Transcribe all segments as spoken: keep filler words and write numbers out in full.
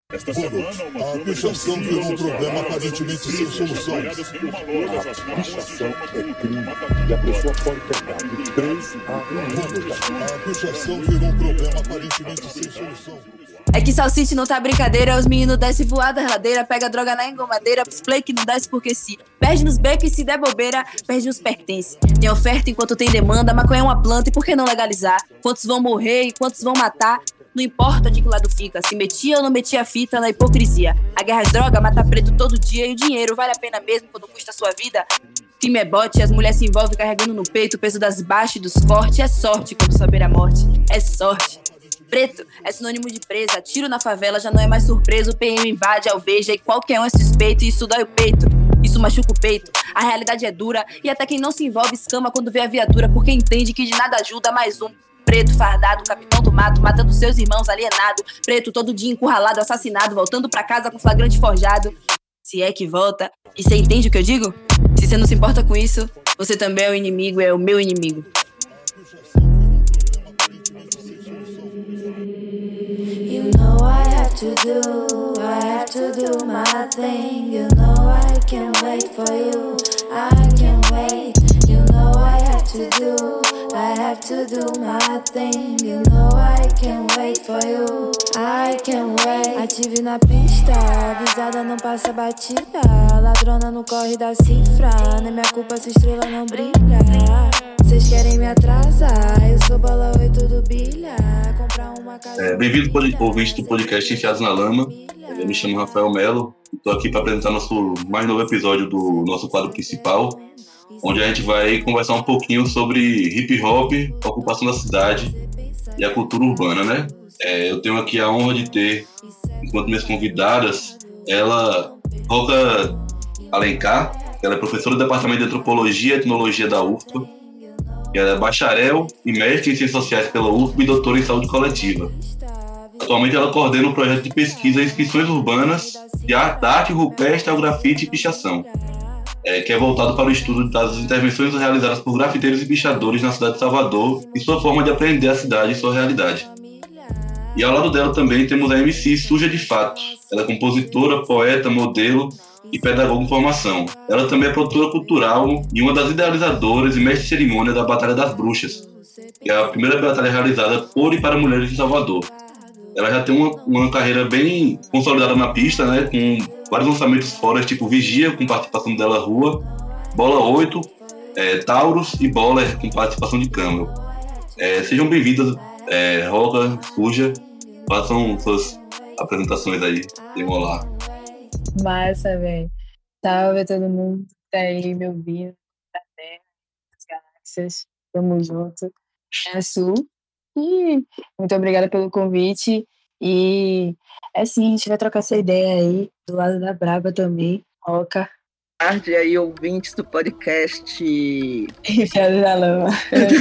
Mano, a pichação virou um problema aparentemente sem solução. A pichação é crime e a pessoa pode pegar de três a... A pichação virou um problema aparentemente sem solução. É que Salsicha não tá brincadeira, os meninos descem voada da ladeira, pega droga na engomadeira, play que não desce porque se perde nos becos e se der bobeira, perde os pertences. Tem oferta enquanto tem demanda, maconha é uma planta e por que não legalizar? Quantos vão morrer e quantos vão matar? Não importa de que lado fica, se metia ou não metia fita na hipocrisia. A guerra às drogas mata preto todo dia e o dinheiro vale a pena mesmo quando custa a sua vida? Crime é bote, as mulheres se envolvem carregando no peito o peso das baixas e dos fortes. É sorte quando saber a morte, é sorte. Preto é sinônimo de presa, tiro na favela já não é mais surpresa. O P M invade a alveja e qualquer um é suspeito e isso dói o peito, isso machuca o peito. A realidade é dura e até quem não se envolve escama quando vê a viatura, porque entende que de nada ajuda mais um preto fardado, capitão do mato, matando seus irmãos alienado. Preto todo dia encurralado, assassinado, voltando pra casa com flagrante forjado. Se é que volta, e cê entende o que eu digo? Se você não se importa com isso, você também é o inimigo, é o meu inimigo. You know I have to do, I have to do my thing. You know I can't wait for you, I can't wait. You know I have to do, I have to do my thing. You know I can't wait for you, I can't wait. Ative na pista, avisada não passa batida. Ladrona no corre da cifra, nem minha culpa se estrela não brilha. Vocês querem me atrasar, eu sou bola oito do bilha. Comprar uma casa... É, bem-vindo ao ouvinte do podcast Enfiados na Lama. Eu me chamo Rafael Melo e estou aqui para apresentar nosso mais novo episódio do nosso quadro principal, onde a gente vai conversar um pouquinho sobre hip hop, a ocupação da cidade e a cultura urbana, né? É, eu tenho aqui a honra de ter, enquanto minhas convidadas, ela, Roca Alencar. Ela é professora do Departamento de Antropologia e Etnologia da U F P A. Ela é bacharel e mestre em Ciências Sociais pela U F P A e doutora em Saúde Coletiva. Atualmente ela coordena um projeto de pesquisa em inscrições urbanas de arte, da arte rupestre ao grafite e pichação, é, que é voltado para o estudo das intervenções realizadas por grafiteiros e pichadores na cidade de Salvador e sua forma de aprender a cidade e sua realidade. E ao lado dela também temos a M C Suja de Fato. Ela é compositora, poeta, modelo e pedagoga em formação. Ela também é produtora cultural e uma das idealizadoras e mestre de cerimônia da Batalha das Bruxas, que é a primeira batalha realizada por e para mulheres em Salvador. Ela já tem uma, uma carreira bem consolidada na pista, né, com vários lançamentos fora, tipo Vigia, com participação dela Rua, Bola oito, é, Taurus e Boller, com participação de Camel. É, sejam bem-vindas, é, Roca, Suja, façam suas apresentações aí, deem um olá. Massa, velho. Salve a todo mundo que tá aí me ouvindo, da Terra, das galáxias. Tamo junto. É a Su. E muito obrigada pelo convite. E é assim, a gente vai trocar essa ideia aí do lado da Braba também. Roca. Boa tarde aí, ouvintes do podcast. Enfiados na Lama.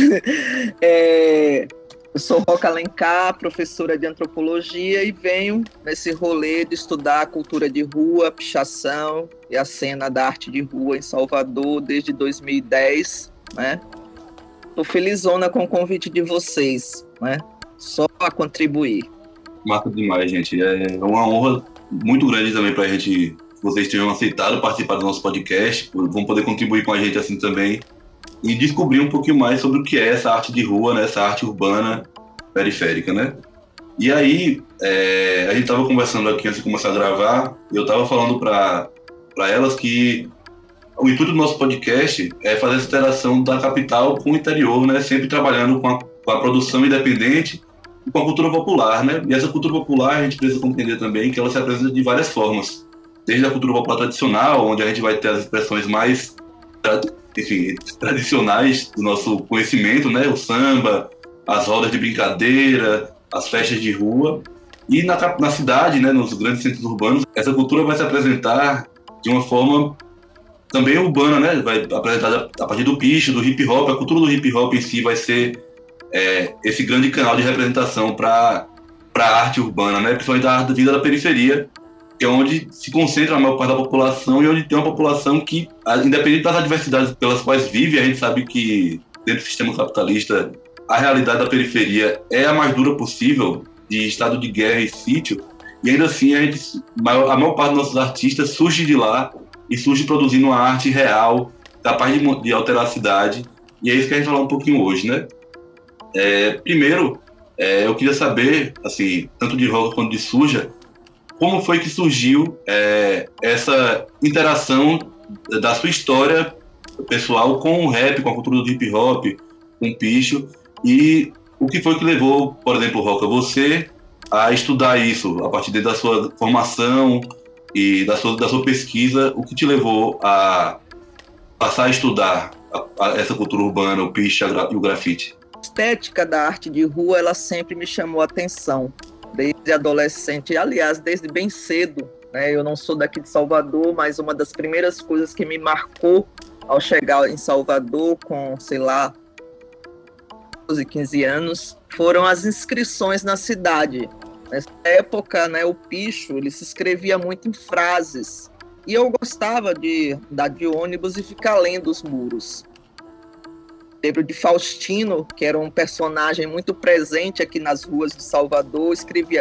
é... Eu sou Roca Alencar, professora de antropologia, e venho nesse rolê de estudar a cultura de rua, pichação e a cena da arte de rua em Salvador desde dois mil e dez, né? Estou felizona com o convite de vocês, né? Só a contribuir. Massa demais, gente. É uma honra muito grande também para a gente, que vocês tenham aceitado participar do nosso podcast, vão poder contribuir com a gente assim também e descobrir um pouquinho mais sobre o que é essa arte de rua, né? Essa arte urbana periférica, né? E aí, é, a gente estava conversando aqui antes de começar a gravar, e eu estava falando para elas que o intuito do nosso podcast é fazer essa interação da capital com o interior, né? Sempre trabalhando com a, com a produção independente e com a cultura popular, né? E essa cultura popular a gente precisa compreender também que ela se apresenta de várias formas. Desde a cultura popular tradicional, onde a gente vai ter as expressões mais enfim, tradicionais do nosso conhecimento, né? O samba, as rodas de brincadeira, as festas de rua. E na, na cidade, né? Nos grandes centros urbanos, essa cultura vai se apresentar de uma forma também urbana, né? Vai apresentar a partir do picho, do hip hop. A cultura do hip hop em si vai ser é, esse grande canal de representação para a arte urbana, né? Principalmente da vida da periferia, que é onde se concentra a maior parte da população e onde tem uma população que, independente das adversidades pelas quais vive, a gente sabe que dentro do sistema capitalista a realidade da periferia é a mais dura possível, de estado de guerra e sítio, e ainda assim a, gente, a maior parte dos nossos artistas surge de lá e surge produzindo uma arte real, capaz de, de alterar a cidade, e é isso que a gente vai falar um pouquinho hoje, né? É, primeiro, é, eu queria saber, assim, tanto de rock quanto de suja, como foi que surgiu é, essa interação da sua história pessoal com o rap, com a cultura do hip hop, com o picho, e o que foi que levou, por exemplo, Roca, você a estudar isso a partir da sua formação e da sua, da sua pesquisa, o que te levou a passar a estudar a, a, essa cultura urbana, o picho e o grafite? A estética da arte de rua, ela sempre me chamou a atenção, desde adolescente, aliás, desde bem cedo, né? Eu não sou daqui de Salvador, mas uma das primeiras coisas que me marcou ao chegar em Salvador com, sei lá, doze, quinze anos, foram as inscrições na cidade. Nessa época, né, o picho, ele se escrevia muito em frases, e eu gostava de andar de ônibus e ficar lendo os muros. Lembro de Faustino, que era um personagem muito presente aqui nas ruas de Salvador, escrevia: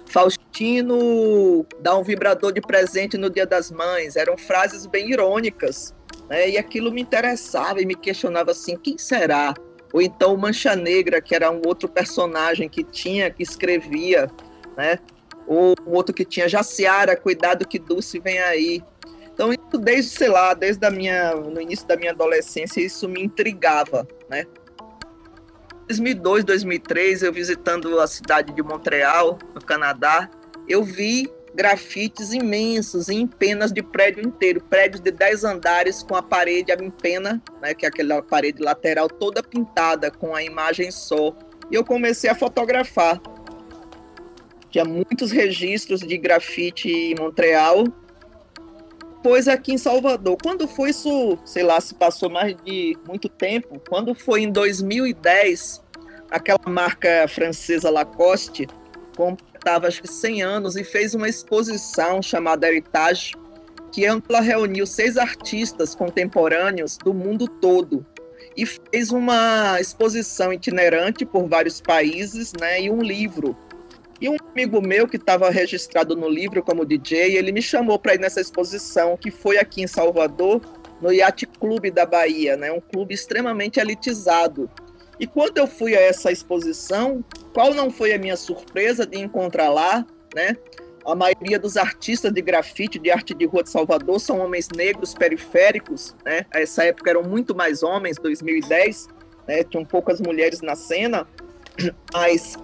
Faustino dá um vibrador de presente no Dia das Mães. Eram frases bem irônicas, né? E aquilo me interessava e me questionava assim, quem será? Ou então o Mancha Negra, que era um outro personagem que tinha, que escrevia, né? Ou um outro que tinha, Jaciara, cuidado que Dulce vem aí. Então, isso desde, sei lá, desde a minha, no início da minha adolescência, isso me intrigava, né? Em dois mil e dois, dois mil e três, eu visitando a cidade de Montreal, no Canadá, eu vi grafites imensos em penas de prédio inteiro, prédios de dez andares com a parede em pena, né, que é aquela parede lateral toda pintada com a imagem só. E eu comecei a fotografar. Tinha muitos registros de grafite em Montreal, depois aqui em Salvador. Quando foi isso, sei lá, se passou mais de muito tempo, quando foi em dois mil e dez, aquela marca francesa Lacoste completava acho que cem anos e fez uma exposição chamada Heritage, que ela reuniu seis artistas contemporâneos do mundo todo e fez uma exposição itinerante por vários países, né, e um livro. E um amigo meu que estava registrado no livro como D J, ele me chamou para ir nessa exposição, que foi aqui em Salvador, no Yacht Club da Bahia, né? Um clube extremamente elitizado. E quando eu fui a essa exposição, qual não foi a minha surpresa de encontrar lá, né? A maioria dos artistas de grafite, de arte de rua de Salvador, são homens negros periféricos, né? Essa época eram muito mais homens, dois mil e dez, né? Tinham poucas mulheres na cena, mas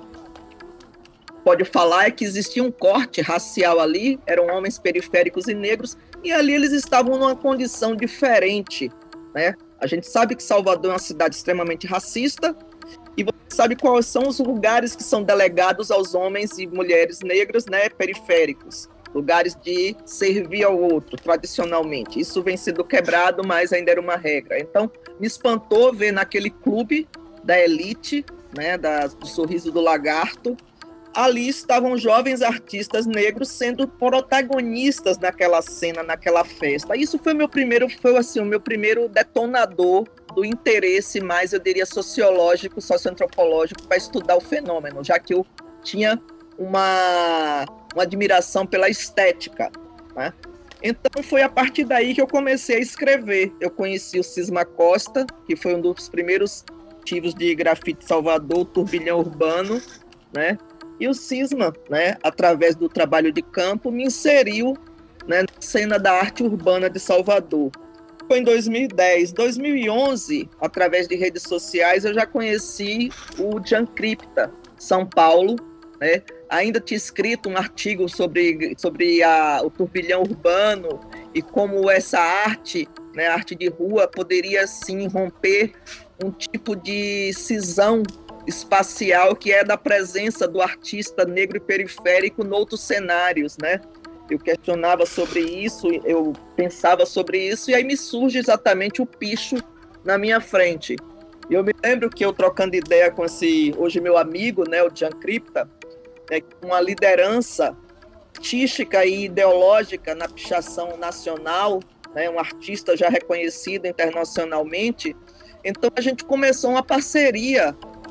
pode falar é que existia um corte racial ali, eram homens periféricos e negros, e ali eles estavam numa condição diferente, né? A gente sabe que Salvador é uma cidade extremamente racista, e você sabe quais são os lugares que são delegados aos homens e mulheres negras, né, periféricos, lugares de servir ao outro, tradicionalmente. Isso vem sendo quebrado, mas ainda era uma regra. Então, me espantou ver naquele clube da elite, né, da, do Sorriso do Lagarto, ali estavam jovens artistas negros sendo protagonistas naquela cena, naquela festa. Isso foi meu primeiro, foi assim, o meu primeiro detonador do interesse mais, eu diria, sociológico, socioantropológico para estudar o fenômeno, já que eu tinha uma, uma admiração pela estética, né? Então foi a partir daí que eu comecei a escrever. Eu conheci o Cisma Costa, que foi um dos primeiros ativos de grafite Salvador, Turbilhão Urbano, né? E o Cisma, né, através do trabalho de campo, me inseriu, né, na cena da arte urbana de Salvador. Foi em dois mil e dez. dois mil e onze, através de redes sociais, eu já conheci o Jancripta, São Paulo, né? Ainda tinha escrito um artigo sobre, sobre a, o turbilhão urbano e como essa arte, né, arte de rua, poderia, sim, romper um tipo de cisão espacial que é da presença do artista negro e periférico em outros cenários, né? Eu questionava sobre isso, eu pensava sobre isso, e aí me surge exatamente o picho na minha frente. E eu me lembro que eu trocando ideia com esse, hoje meu amigo, né, o Jancripta, né, uma liderança artística e ideológica na pichação nacional, né, um artista já reconhecido internacionalmente. Então a gente começou uma parceria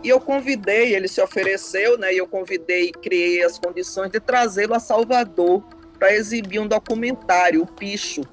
E eu convidei, ele se ofereceu, né, e eu convidei e criei as condições de trazê-lo a Salvador para exibir um documentário, o Picho.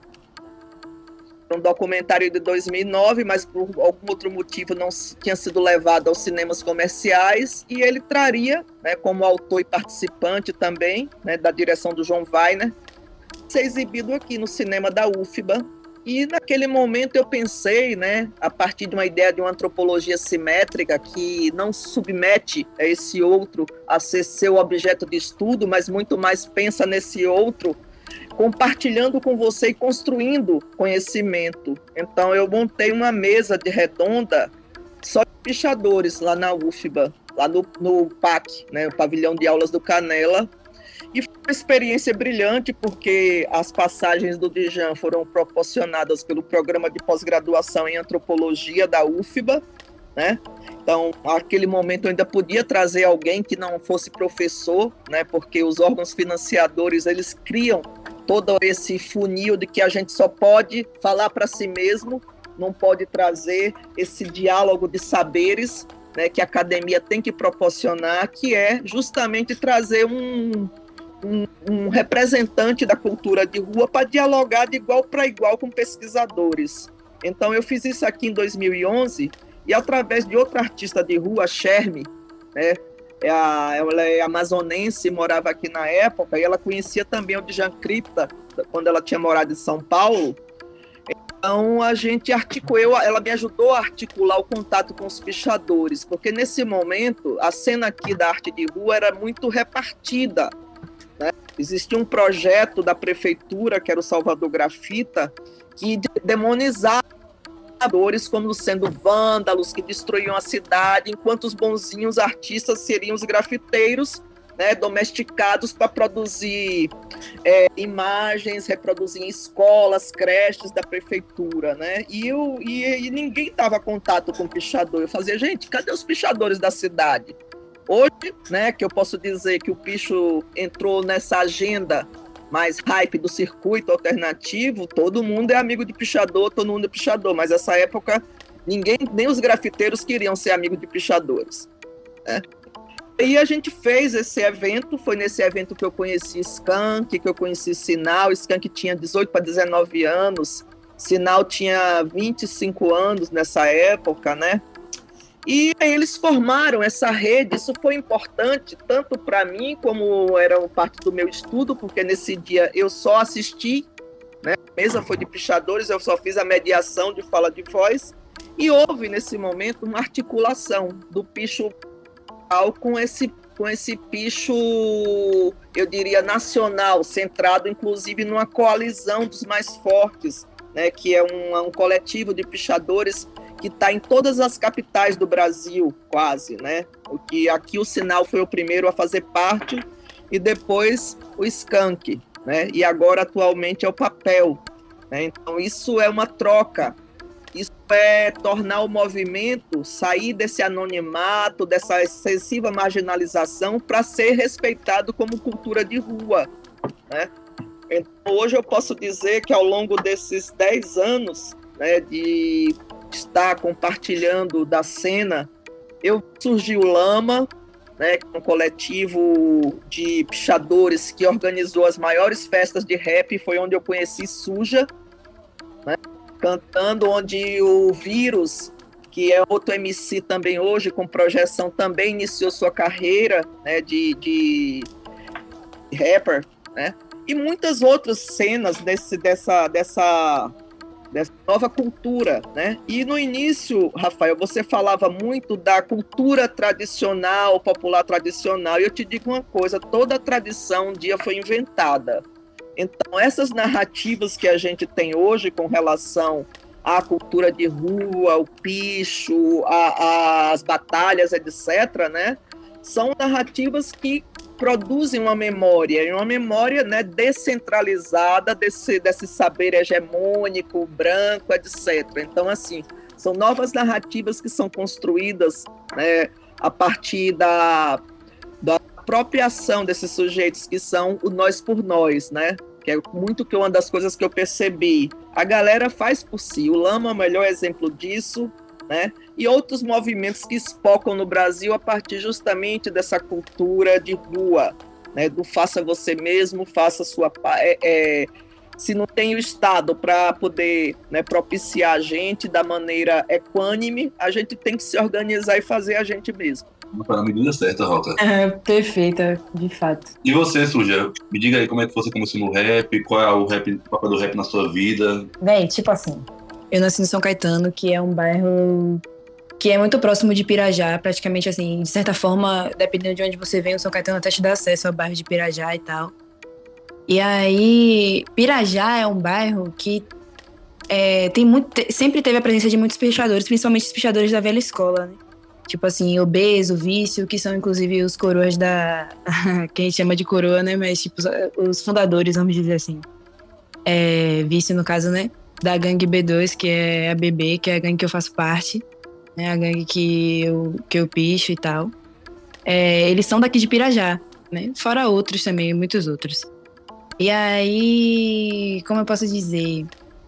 Um documentário de dois mil e nove, mas por algum outro motivo não tinha sido levado aos cinemas comerciais, e ele traria, né, como autor e participante também, né, da direção do João Weiner, ser exibido aqui no cinema da U F B A. E naquele momento eu pensei, né, a partir de uma ideia de uma antropologia simétrica que não submete a esse outro a ser seu objeto de estudo, mas muito mais pensa nesse outro, compartilhando com você e construindo conhecimento. Então eu montei uma mesa de redonda só de pichadores lá na U F B A, lá no, no P A C, né, o Pavilhão de Aulas do Canela. E foi uma experiência brilhante, porque as passagens do Djan foram proporcionadas pelo programa de pós-graduação em antropologia da U F B A, né? Então, naquele momento eu ainda podia trazer alguém que não fosse professor, né? Porque os órgãos financiadores, eles criam todo esse funil de que a gente só pode falar para si mesmo, não pode trazer esse diálogo de saberes, né, que a academia tem que proporcionar, que é justamente trazer um Um, um representante da cultura de rua para dialogar de igual para igual com pesquisadores. Então eu fiz isso aqui em dois mil e onze e através de outra artista de rua, a Sherme, né, é a, ela é amazonense, morava aqui na época, e ela conhecia também o Djan Cripta, quando ela tinha morado em São Paulo. Então a gente articulou, ela me ajudou a articular o contato com os pichadores, porque nesse momento a cena aqui da arte de rua era muito repartida. Né? Existia um projeto da prefeitura, que era o Salvador Grafita, que demonizava os pichadores como sendo vândalos, que destruíam a cidade, enquanto os bonzinhos artistas seriam os grafiteiros, né, domesticados para produzir é, imagens, reproduzir em escolas, creches da prefeitura. Né? E, eu, e, e ninguém dava contato com o pichador. Eu fazia, gente, cadê os pichadores da cidade? Hoje, né, que eu posso dizer que o picho entrou nessa agenda mais hype do circuito alternativo, todo mundo é amigo de pichador, todo mundo é pichador, mas nessa época ninguém, nem os grafiteiros queriam ser amigos de pichadores. Né? E a gente fez esse evento, foi nesse evento que eu conheci Skank, que eu conheci Sinal. Skank tinha dezoito para dezenove anos, Sinal tinha vinte e cinco anos nessa época, né? E aí eles formaram essa rede. Isso foi importante tanto para mim, como era parte do meu estudo, porque nesse dia eu só assisti, né? A mesa foi de pichadores, eu só fiz a mediação de fala de voz, e houve nesse momento uma articulação do picho com esse, com esse picho, eu diria, nacional, centrado inclusive numa coalizão dos mais fortes, né? Que é um, um coletivo de pichadores que está em todas as capitais do Brasil, quase, né? O que aqui o Sinal foi o primeiro a fazer parte, e depois o Skank, né? E agora atualmente é o Papel, né? Então isso é uma troca, isso é tornar o movimento sair desse anonimato, dessa excessiva marginalização, para ser respeitado como cultura de rua, né? Então hoje eu posso dizer que ao longo desses dez anos, né, de estar compartilhando da cena, eu surgi o Lama, né, um coletivo de pichadores que organizou as maiores festas de rap, foi onde eu conheci Suja, né, cantando, onde o Vírus, que é outro M C também hoje, com projeção, também iniciou sua carreira, né, de, de rapper, né, e muitas outras cenas desse, dessa... dessa dessa nova cultura, né? E no início, Rafael, você falava muito da cultura tradicional, popular tradicional, e eu te digo uma coisa, toda tradição um dia foi inventada. Então, essas narrativas que a gente tem hoje com relação à cultura de rua, o picho, a, a, as batalhas, etcétera, né? São narrativas que produzem uma memória, e uma memória, né, descentralizada desse, desse saber hegemônico, branco, etcétera. Então, assim, são novas narrativas que são construídas, né, a partir da, da própria ação desses sujeitos, que são o nós por nós, né? Que é muito que uma das coisas que eu percebi. A galera faz por si. O Lama é o melhor exemplo disso, né? E outros movimentos que espocam no Brasil a partir justamente dessa cultura de rua, né? Do faça você mesmo, faça sua... É, é, se não tem o Estado para poder, né, propiciar a gente da maneira equânime, a gente tem que se organizar e fazer a gente mesmo. Para a medida certa, Roca. É, perfeita, de fato. E você, Suja? Me diga aí como é que você começou no rap, qual é o, rap, o papel do rap na sua vida? Véi, tipo assim, eu nasci no São Caetano, que é um bairro que é muito próximo de Pirajá, praticamente assim, de certa forma, dependendo de onde você vem, o São Caetano até te dá acesso ao bairro de Pirajá e tal. E aí, Pirajá é um bairro que é, tem muito, sempre teve a presença de muitos pichadores, principalmente os pichadores da velha escola, né? Tipo assim, Obeso, Vício, que são inclusive os coroas da... que a gente chama de coroa, né? Mas tipo, os fundadores, vamos dizer assim. É, Vício, no caso, né? Da gangue B dois, que é a B B, que é a gangue que eu faço parte. Né? A gangue que eu, que eu picho e tal. É, eles são daqui de Pirajá, né? Fora outros também, muitos outros. E aí, como eu posso dizer...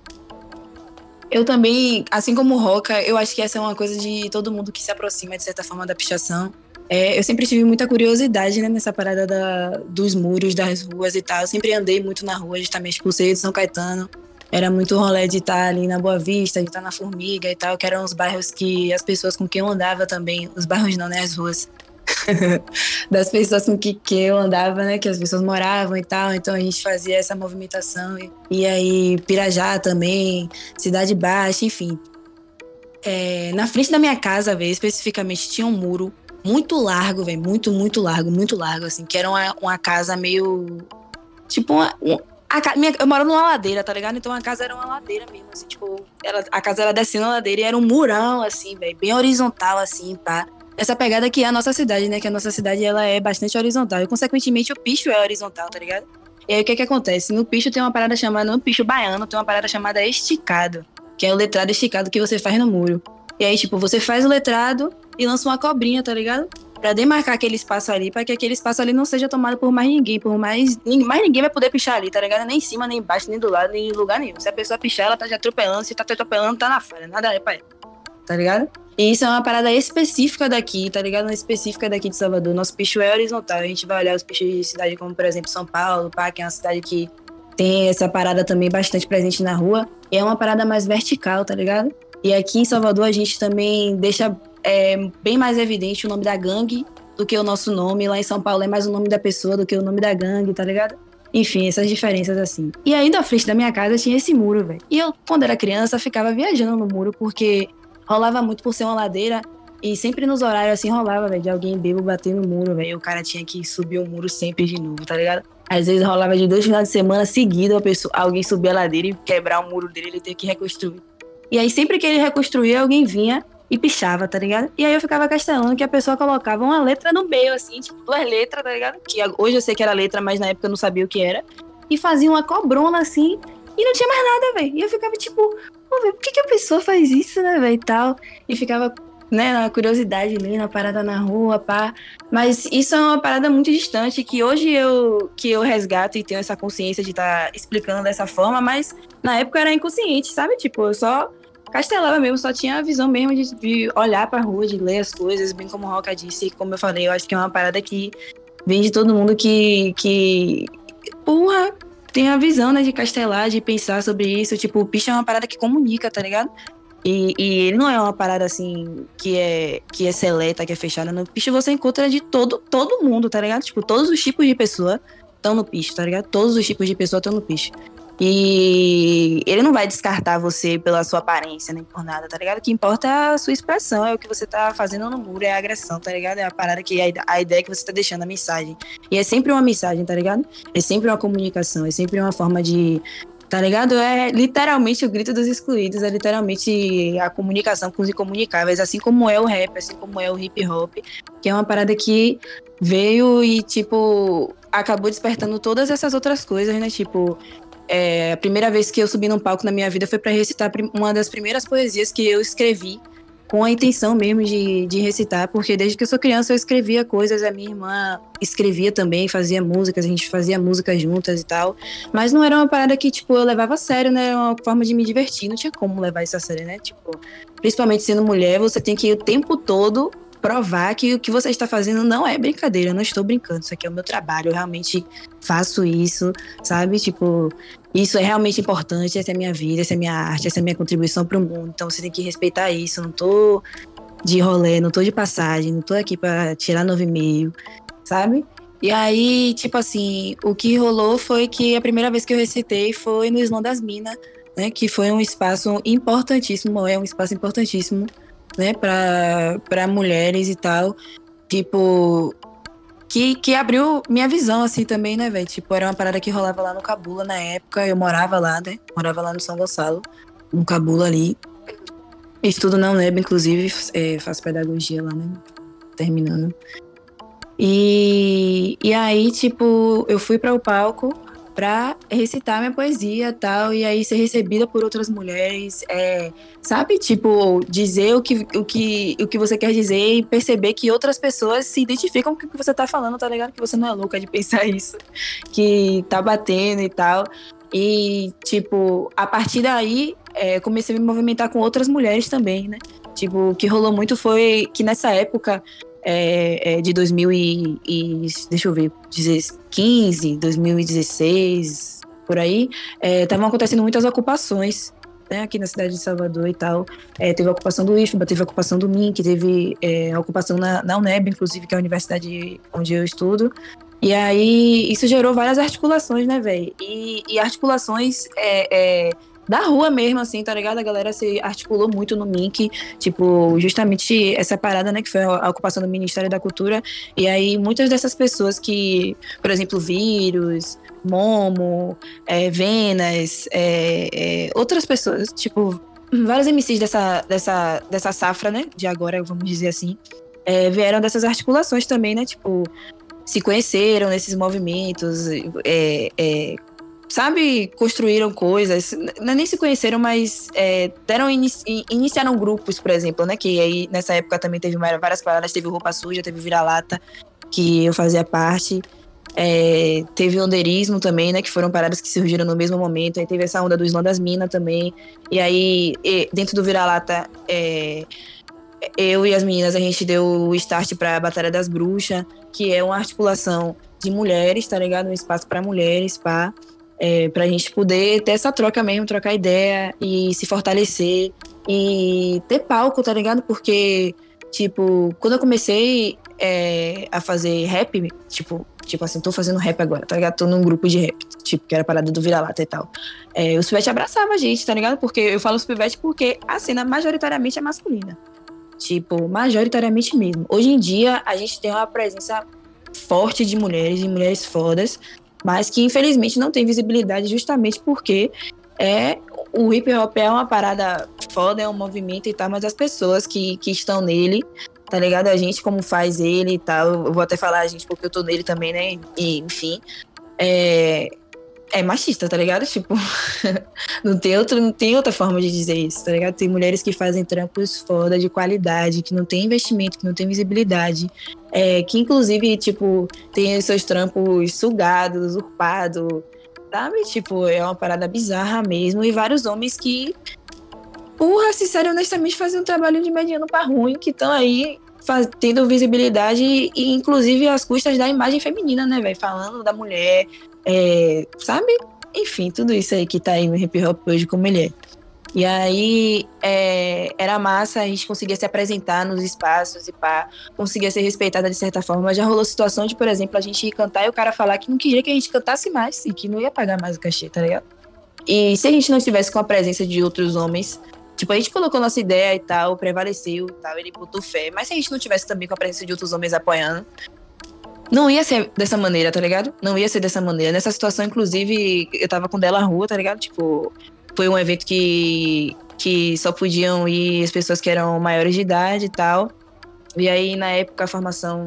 Eu também, assim como o Roca, eu acho que essa é uma coisa de todo mundo que se aproxima, de certa forma, da pichação. É, eu sempre tive muita curiosidade, né, nessa parada da, dos muros, das ruas e tal. Eu sempre andei muito na rua, justamente por ser de São Caetano. Era muito rolê de estar ali na Boa Vista, de estar na Formiga e tal, que eram os bairros que as pessoas com quem eu andava também... Os bairros não, né, as ruas. Das pessoas com que, que eu andava, né, que as pessoas moravam e tal, então a gente fazia essa movimentação, e, e aí Pirajá também, Cidade Baixa, enfim. É, na frente da minha casa, véio, especificamente, tinha um muro muito largo, véio, muito, muito largo, muito largo, assim, que era uma, uma casa meio, tipo, uma, uma, a, minha, eu moro numa ladeira, tá ligado? Então a casa era uma ladeira mesmo, assim, tipo, ela, a casa era descendo a ladeira e era um murão, assim, véio, bem horizontal, assim, pá. Essa pegada que é a nossa cidade, né? Que a nossa cidade, ela é bastante horizontal. E, consequentemente, o picho é horizontal, tá ligado? E aí, o que que acontece? No picho tem uma parada chamada... No picho baiano tem uma parada chamada esticado. Que é o letrado esticado que você faz no muro. E aí, tipo, você faz o letrado e lança uma cobrinha, tá ligado? Pra demarcar aquele espaço ali, pra que aquele espaço ali não seja tomado por mais ninguém. Por mais... Mais ninguém vai poder pichar ali, tá ligado? Nem em cima, nem embaixo, nem do lado, nem em lugar nenhum. Se a pessoa pichar, ela tá te atropelando. Se tá te atropelando, tá na falha. Nada é pra ela. Tá ligado? E isso é uma parada específica daqui, tá ligado? Uma específica daqui de Salvador. Nosso picho é horizontal. A gente vai olhar os pichos de cidade como, por exemplo, São Paulo, pá, que é uma cidade que tem essa parada também bastante presente na rua. E é uma parada mais vertical, tá ligado? E aqui em Salvador a gente também deixa é, bem mais evidente o nome da gangue do que o nosso nome. Lá em São Paulo é mais o nome da pessoa do que o nome da gangue, tá ligado? Enfim, essas diferenças assim. E aí, da frente da minha casa tinha esse muro, velho. E eu, quando era criança, ficava viajando no muro porque... rolava muito por ser uma ladeira e sempre nos horários assim rolava, velho, de alguém bêbado bater no muro, velho. O cara tinha que subir o muro sempre de novo, tá ligado? Às vezes rolava de dois finais de semana seguidos a pessoa, alguém subir a ladeira e quebrar o muro dele, ele ter que reconstruir. E aí sempre que ele reconstruía, alguém vinha e pichava, tá ligado? E aí eu ficava castelando que a pessoa colocava uma letra no meio, assim, tipo duas letras, tá ligado? Que hoje eu sei que era letra, mas na época eu não sabia o que era. E fazia uma cobrona assim e não tinha mais nada, velho. E eu ficava tipo... Pô, véio, por que, que a pessoa faz isso, né, velho, e tal? E ficava, né, na curiosidade ali, na parada na rua, pá. Mas isso é uma parada muito distante, que hoje eu, que eu resgato e tenho essa consciência de estar tá explicando dessa forma, mas na época eu era inconsciente, sabe? Tipo, eu só castelava mesmo, só tinha a visão mesmo de, de olhar pra rua, de ler as coisas, bem como o Roca disse, e como eu falei, eu acho que é uma parada que vem de todo mundo que... que porra... tem a visão, né, de castelar, de pensar sobre isso. Tipo, o picho é uma parada que comunica, tá ligado? E, e ele não é uma parada, assim, que é, que é seleta, que é fechada. No picho você encontra de todo, todo mundo, tá ligado? Tipo, todos os tipos de pessoa estão no picho, tá ligado? Todos os tipos de pessoa estão no picho. E ele não vai descartar você pela sua aparência, nem por nada, tá ligado? O que importa é a sua expressão, é o que você tá fazendo no muro, é a agressão, tá ligado? É a parada que a, a ideia que você tá deixando, a mensagem. E é sempre uma mensagem, tá ligado? É sempre uma comunicação, é sempre uma forma de... Tá ligado? É literalmente o grito dos excluídos, é literalmente a comunicação com os incomunicáveis, assim como é o rap, assim como é o hip hop, que é uma parada que veio e, tipo, acabou despertando todas essas outras coisas, né? Tipo... É, a primeira vez que eu subi num palco na minha vida foi para recitar uma das primeiras poesias que eu escrevi com a intenção mesmo de, de recitar, porque desde que eu sou criança eu escrevia coisas, a minha irmã escrevia também, fazia músicas, a gente fazia músicas juntas e tal, mas não era uma parada que, tipo, eu levava a sério, né, era uma forma de me divertir, não tinha como levar isso a sério, né, tipo, principalmente sendo mulher, você tem que ir o tempo todo provar que o que você está fazendo não é brincadeira, eu não estou brincando, isso aqui é o meu trabalho, eu realmente faço isso, sabe, tipo, isso é realmente importante, essa é a minha vida, essa é a minha arte, essa é a minha contribuição para o mundo, então você tem que respeitar isso, eu não tô de rolê, não tô de passagem, não tô aqui para tirar nove e meio, sabe? E aí, tipo assim, o que rolou foi que a primeira vez que eu recitei foi no Slam das Minas, né, que foi um espaço importantíssimo, é um espaço importantíssimo, né, para mulheres e tal, tipo, que, que abriu minha visão, assim, também, né, velho, tipo, era uma parada que rolava lá no Cabula na época, eu morava lá, né, morava lá no São Gonçalo, no Cabula ali, estudo na UNEB, inclusive, é, faço pedagogia lá, né, terminando, e, e aí, tipo, eu fui para o palco pra recitar minha poesia e tal, e aí ser recebida por outras mulheres, é, sabe? Tipo, dizer o que, o, que, o que você quer dizer e perceber que outras pessoas se identificam com o que você tá falando, tá ligado? Que você não é louca de pensar isso, que tá batendo e tal. E, tipo, a partir daí, é, comecei a me movimentar com outras mulheres também, né? Tipo, o que rolou muito foi que nessa época... É, é de dois mil e, e deixa eu ver, quinze, dois mil e dezesseis, por aí, estavam é, acontecendo muitas ocupações, né, aqui na cidade de Salvador e tal. É, teve a ocupação do I F B A, teve a ocupação do M I N C, teve é, a ocupação na, na UNEB, inclusive, que é a universidade onde eu estudo. E aí isso gerou várias articulações, né, velho? E, e articulações é, é, da rua mesmo, assim, tá ligado? A galera se articulou muito no M I C, tipo, justamente essa parada, né, que foi a ocupação do Ministério da Cultura. E aí muitas dessas pessoas que, por exemplo, Vírus, Momo, é, Venas, é, é, outras pessoas, tipo, vários M Cs dessa, dessa, dessa safra, né, de agora, vamos dizer assim, é, vieram dessas articulações também, né, tipo, se conheceram nesses movimentos, é, é, sabe, construíram coisas, nem se conheceram, mas é, deram, inici- iniciaram grupos, por exemplo, né, que aí nessa época também teve várias paradas, teve Roupa Suja, teve Vira-Lata, que eu fazia parte, é, teve Onderismo também, né, que foram paradas que surgiram no mesmo momento, aí teve essa onda do Slam das Minas também, e aí e, dentro do Vira-Lata, é, eu e as meninas, a gente deu o start pra Batalha das Bruxas, que é uma articulação de mulheres, tá ligado, um espaço pra mulheres, pá, É, pra gente poder ter essa troca mesmo, trocar ideia e se fortalecer e ter palco, tá ligado? Porque, tipo, quando eu comecei é, a fazer rap, tipo, tipo assim, tô fazendo rap agora, tá ligado? Tô num grupo de rap, tipo, que era a parada do Vira-Lata e tal. É, o Pivete abraçava a gente, tá ligado? Porque eu falo os Pivete porque a cena majoritariamente é masculina. Tipo, majoritariamente mesmo. Hoje em dia, a gente tem uma presença forte de mulheres, de mulheres fodas, mas que infelizmente não tem visibilidade justamente porque é, o hip hop é uma parada foda, é um movimento e tal, mas as pessoas que, que estão nele, tá ligado? A gente como faz ele e tal, eu vou até falar a gente porque eu tô nele também, né? E, enfim, é, é machista, tá ligado? Tipo, não tem, outro, não tem outra forma de dizer isso, tá ligado? Tem mulheres que fazem trampos foda, de qualidade, que não tem investimento, que não tem visibilidade, é, que inclusive, tipo, tem os seus trampos sugados, usurpados, sabe? Tipo, é uma parada bizarra mesmo, e vários homens que, porra, sincero, honestamente, fazem um trabalho de mediano pra ruim, que estão aí faz, tendo visibilidade e, inclusive, às custas da imagem feminina, né, velho? Falando da mulher, é, sabe? Enfim, tudo isso aí que tá aí no hip hop hoje como ele é. E aí, é, era massa, a gente conseguia se apresentar nos espaços e pá, conseguia ser respeitada de certa forma. Já rolou situação de, por exemplo, a gente ir cantar e o cara falar que não queria que a gente cantasse mais e que não ia pagar mais o cachê, tá ligado? E se a gente não estivesse com a presença de outros homens, tipo, a gente colocou nossa ideia e tal, prevaleceu e tal, ele botou fé, mas se a gente não tivesse também com a presença de outros homens apoiando, não ia ser dessa maneira, tá ligado? Não ia ser dessa maneira. Nessa situação, inclusive, eu tava com Della Rua, tá ligado? Tipo, foi um evento que, que só podiam ir as pessoas que eram maiores de idade e tal. E aí, na época, a formação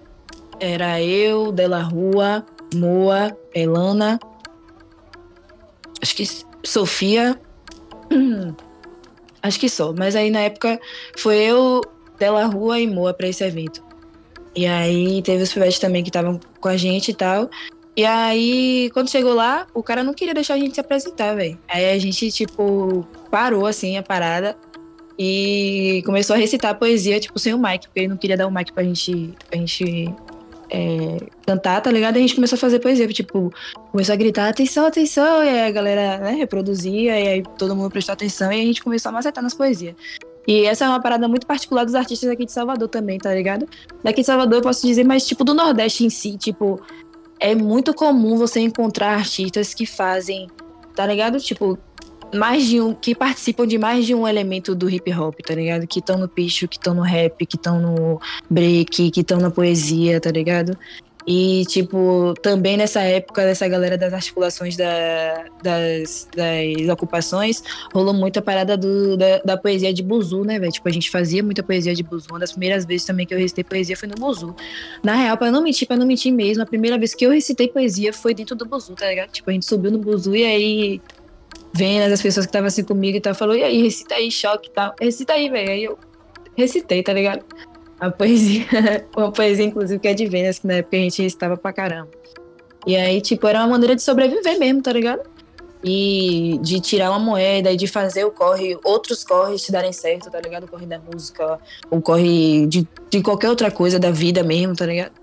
era eu, Della Rua, Moa, Elana, acho que Sofia, Acho que só. Mas aí na época foi eu, Della Rua e Moa pra esse evento. E aí teve os pivetes também que estavam com a gente e tal. E aí, quando chegou lá, o cara não queria deixar a gente se apresentar, velho. Aí a gente, tipo, parou, assim, a parada e começou a recitar a poesia, tipo, sem o mic, porque ele não queria dar o mic pra gente, pra gente é, cantar, tá ligado? E a gente começou a fazer poesia, tipo, começou a gritar, atenção, atenção, e aí a galera, né, reproduzia, e aí todo mundo prestou atenção, e a gente começou a macetar nas poesias. E essa é uma parada muito particular dos artistas aqui de Salvador também, tá ligado? Daqui de Salvador eu posso dizer, mas, tipo, do Nordeste em si, tipo... É muito comum você encontrar artistas que fazem, tá ligado? Tipo, mais de um, que participam de mais de um elemento do hip hop, tá ligado? Que estão no picho, que estão no rap, que estão no break, que estão na poesia, tá ligado? E, tipo, também nessa época, dessa galera das articulações da, das, das ocupações, rolou muita parada do, da, da poesia de buzu, né, velho? Tipo, a gente fazia muita poesia de buzu. Uma das primeiras vezes também que eu recitei poesia foi no buzu. Na real, pra não mentir, pra não mentir mesmo, a primeira vez que eu recitei poesia foi dentro do buzu, tá ligado? Tipo, a gente subiu no buzu e aí, vendo as pessoas que estavam assim comigo e tal, falou, e aí, recita aí, choque e tal. Recita aí, velho. Aí eu recitei, tá ligado? A poesia, uma poesia, inclusive, que é de Vênias, que na época a gente estava pra caramba. E aí, tipo, era uma maneira de sobreviver mesmo, tá ligado? E de tirar uma moeda e de fazer o corre, outros corres te darem certo, tá ligado? O corre da música, o corre de, de qualquer outra coisa da vida mesmo, tá ligado?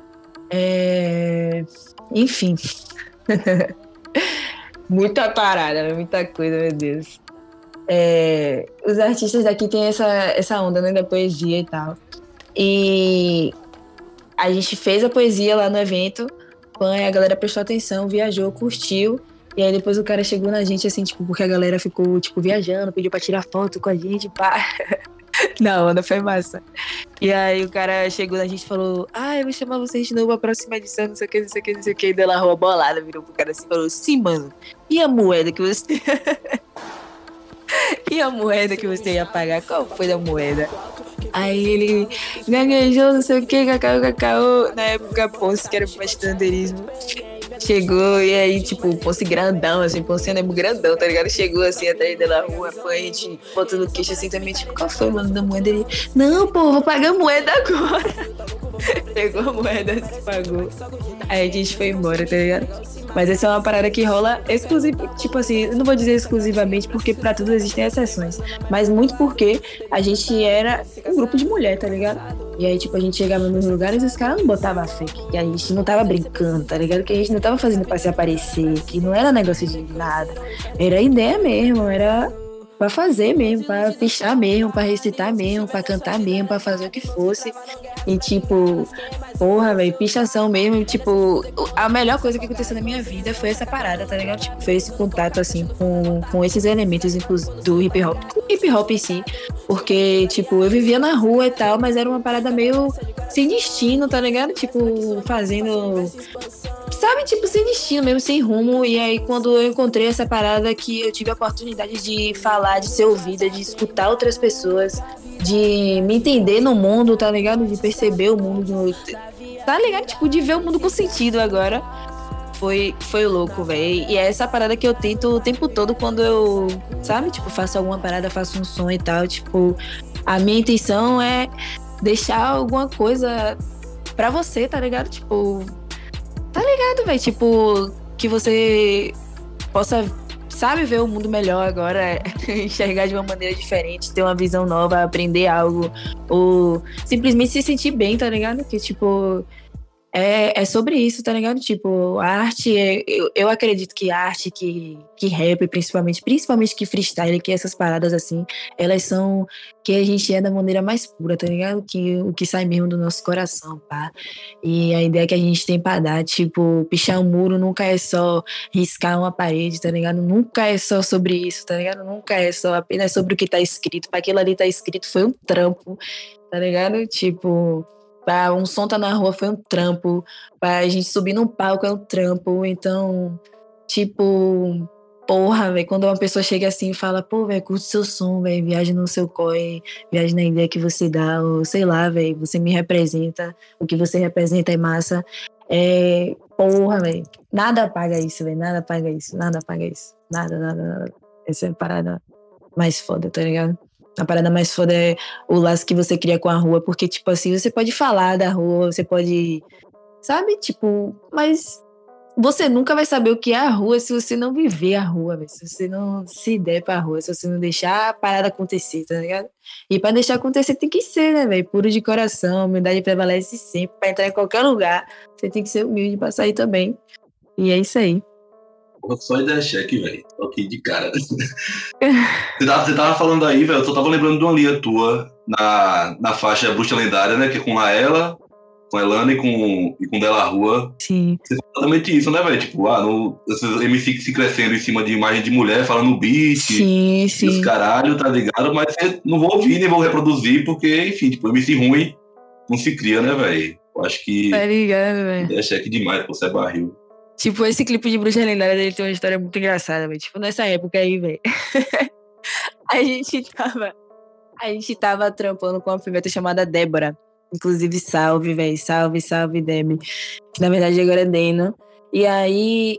É... Enfim. Muita parada, muita coisa, meu Deus. É... Os artistas daqui têm essa, essa onda, né, da poesia e tal. E a gente fez a poesia lá no evento, a galera prestou atenção, viajou, curtiu, e aí depois o cara chegou na gente assim, tipo, porque a galera ficou, tipo, viajando, pediu pra tirar foto com a gente, pá. Na onda, foi massa. E aí o cara chegou na gente e falou, ah, eu vou chamar vocês de novo pra próxima edição, não sei o que, não sei o que, não sei o que, e Della Rua bolada, virou pro cara assim e falou, sim, mano, e a moeda que você... E a moeda que você ia pagar? Qual foi da moeda? Aí ele gaguejou, não sei o que, cacau, cacau. Na época, Ponce, que era bastanteirismo, chegou e aí, tipo, Ponce grandão, assim, Ponce é grandão, tá ligado? Chegou assim, atrás da rua, foi, a gente botou no queixo assim também, tipo, qual foi, mano, da moeda? Ele, não, pô, vou pagar a moeda agora. Pegou a moeda, se pagou. Aí a gente foi embora, tá ligado? Mas essa é uma parada que rola exclusiva, tipo assim, eu não vou dizer exclusivamente porque pra tudo existem exceções, mas muito porque a gente era um grupo de mulher, tá ligado? E aí, tipo, a gente chegava nos lugares e os caras não botavam fake, que a gente não tava brincando, tá ligado? Que a gente não tava fazendo pra se aparecer, que não era negócio de nada, era ideia mesmo, era pra fazer mesmo, pra pichar mesmo, pra recitar mesmo, pra cantar mesmo, pra fazer o que fosse. E tipo, porra, velho, pichação mesmo. Tipo, a melhor coisa que aconteceu na minha vida foi essa parada, tá ligado? Tipo, foi esse contato, assim, com, com esses elementos do hip hop, com o hip hop em si. Porque, tipo, eu vivia na rua e tal, mas era uma parada meio sem destino, tá ligado? Tipo, fazendo... Sabe, tipo, sem destino mesmo, sem rumo. E aí, quando eu encontrei essa parada que eu tive a oportunidade de falar, de ser ouvida, de escutar outras pessoas, de me entender no mundo, tá ligado? De perceber o mundo, de, tá ligado? Tipo, de ver o mundo com sentido agora. Foi, foi louco, velho. E é essa parada que eu tento o tempo todo quando eu, sabe? Tipo, faço alguma parada, faço um som e tal. Tipo, a minha intenção é deixar alguma coisa pra você, tá ligado? Tipo... Tá ligado, velho? Tipo, que você possa, sabe, ver o mundo melhor agora, enxergar de uma maneira diferente, ter uma visão nova, aprender algo, ou simplesmente se sentir bem, tá ligado? Que, tipo, é, é sobre isso, tá ligado? Tipo, a arte, é, eu, eu acredito que a arte, que, que rap, principalmente, principalmente que freestyle, que essas paradas assim, elas são que a gente é da maneira mais pura, tá ligado? Que o que sai mesmo do nosso coração, pá. E a ideia que a gente tem pra dar, tipo, pichar um muro nunca é só riscar uma parede, tá ligado? Nunca é só sobre isso, tá ligado? Nunca é só apenas sobre o que tá escrito. Pra aquilo ali tá escrito foi um trampo, tá ligado? Tipo... Pra um som tá na rua foi um trampo, pra gente subir num palco é um trampo, então, tipo, porra, velho, quando uma pessoa chega assim e fala, pô, velho, curte seu som, velho, viaja no seu corre, viaja na ideia que você dá, ou sei lá, velho, você me representa, o que você representa é massa, é, porra, velho, nada apaga isso, velho, nada apaga isso, nada apaga isso, nada, nada, nada, essa é a parada mais foda, tá ligado? A parada mais foda é o laço que você cria com a rua, porque, tipo assim, você pode falar da rua, você pode, sabe? Tipo, mas você nunca vai saber o que é a rua se você não viver a rua, véio. Se você não se der pra rua, se você não deixar a parada acontecer, tá ligado? E pra deixar acontecer tem que ser, né, velho? Puro de coração, humildade prevalece sempre. Pra entrar em qualquer lugar, você tem que ser humilde pra sair também. E é isso aí. Só ideia cheque, velho. Tô aqui de cara. Você tava, você tava falando aí, velho, eu só tava lembrando de uma linha tua na, na faixa Bruxa Lendária, né? Que é com a Ela, com a Elana e com, e com Della Rua. Sim. Você fala exatamente isso, né, velho? Tipo, ah, no, esses M C que se crescendo em cima de imagem de mulher, falando beat, Sim, sim. os caralho, tá ligado? Mas eu não vou ouvir, nem vou reproduzir, porque, enfim, tipo, M C ruim não se cria, né, velho? Eu acho que Tá ligado, velho? é cheque demais, pô, você é barril. Tipo, esse clipe de Bruxa Lendária dele tem uma história muito engraçada, velho. Tipo, nessa época aí, velho. a gente tava. A gente tava trampando com uma piveta chamada Débora. Inclusive, salve, velho. Salve, salve, Deb. Que na verdade agora é Dena. E aí,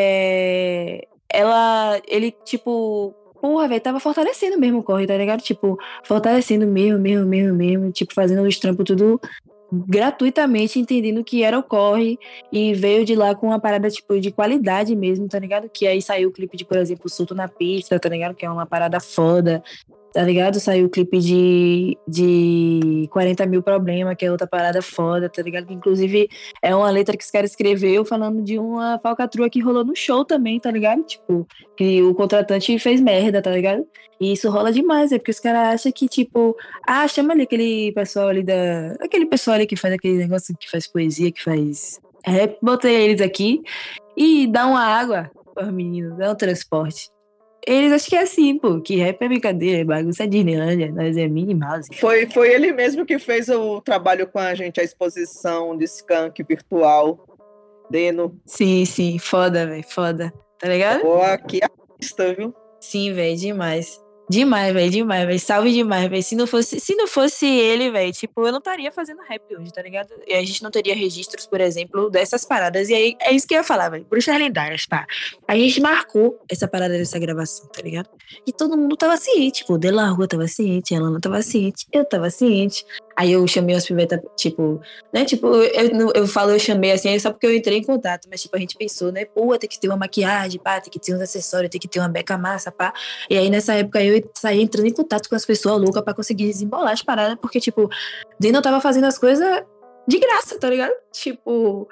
é... ela. Ele, tipo. Porra, velho, tava fortalecendo mesmo o corre, tá ligado? Tipo, fortalecendo mesmo, mesmo, mesmo, mesmo. Tipo, fazendo os trampos tudo gratuitamente, entendendo que era o corre, e veio de lá com uma parada tipo de qualidade mesmo, tá ligado? Que aí saiu o clipe de, por exemplo, Solto na Pista, tá ligado? Que é uma parada foda, tá ligado? Saiu o clipe de, de quarenta mil Problema, que é outra parada foda, tá ligado? Que inclusive é uma letra que os caras escreveu falando de uma falcatrua que rolou no show também, tá ligado? Tipo, que o contratante fez merda, tá ligado? E isso rola demais, é porque os caras acham que, tipo, ah, chama ali aquele pessoal ali da... Aquele pessoal ali que faz aquele negócio, que faz poesia, que faz rap, botei eles aqui e dá uma água para os meninos, dá um transporte. Eles acham que é assim, pô, que rap é brincadeira, bagunça é Disneylandia, nós é Minnie Mouse. Foi, foi ele mesmo que fez o trabalho com a gente, a exposição de Skank virtual, Deno. Sim, sim, foda, velho, foda, tá ligado? Pô, que artista, viu? Sim, velho, demais. Demais, velho, demais, velho. Salve demais, velho. Se não fosse, se não fosse ele, velho, tipo, eu não estaria fazendo rap hoje, tá ligado? E a gente não teria registros, por exemplo, dessas paradas. E aí, é isso que eu ia falar, velho. Bruxas Lendárias, tá? A gente marcou essa parada dessa gravação, tá ligado? E todo mundo tava ciente, tipo, o Della Rua tava ciente, a Elana tava ciente, eu tava ciente. Aí eu chamei as pivetas, tipo, né? Tipo, eu, eu falo, eu chamei assim, só porque eu entrei em contato, mas tipo, a gente pensou, né? Pô, tem que ter uma maquiagem, pá, tem que ter uns acessórios, tem que ter uma beca massa, pá. E aí nessa época eu saí entrando em contato com as pessoas loucas pra conseguir desembolar as paradas, porque, tipo, Dino tava fazendo as coisas de graça, tá ligado? Tipo,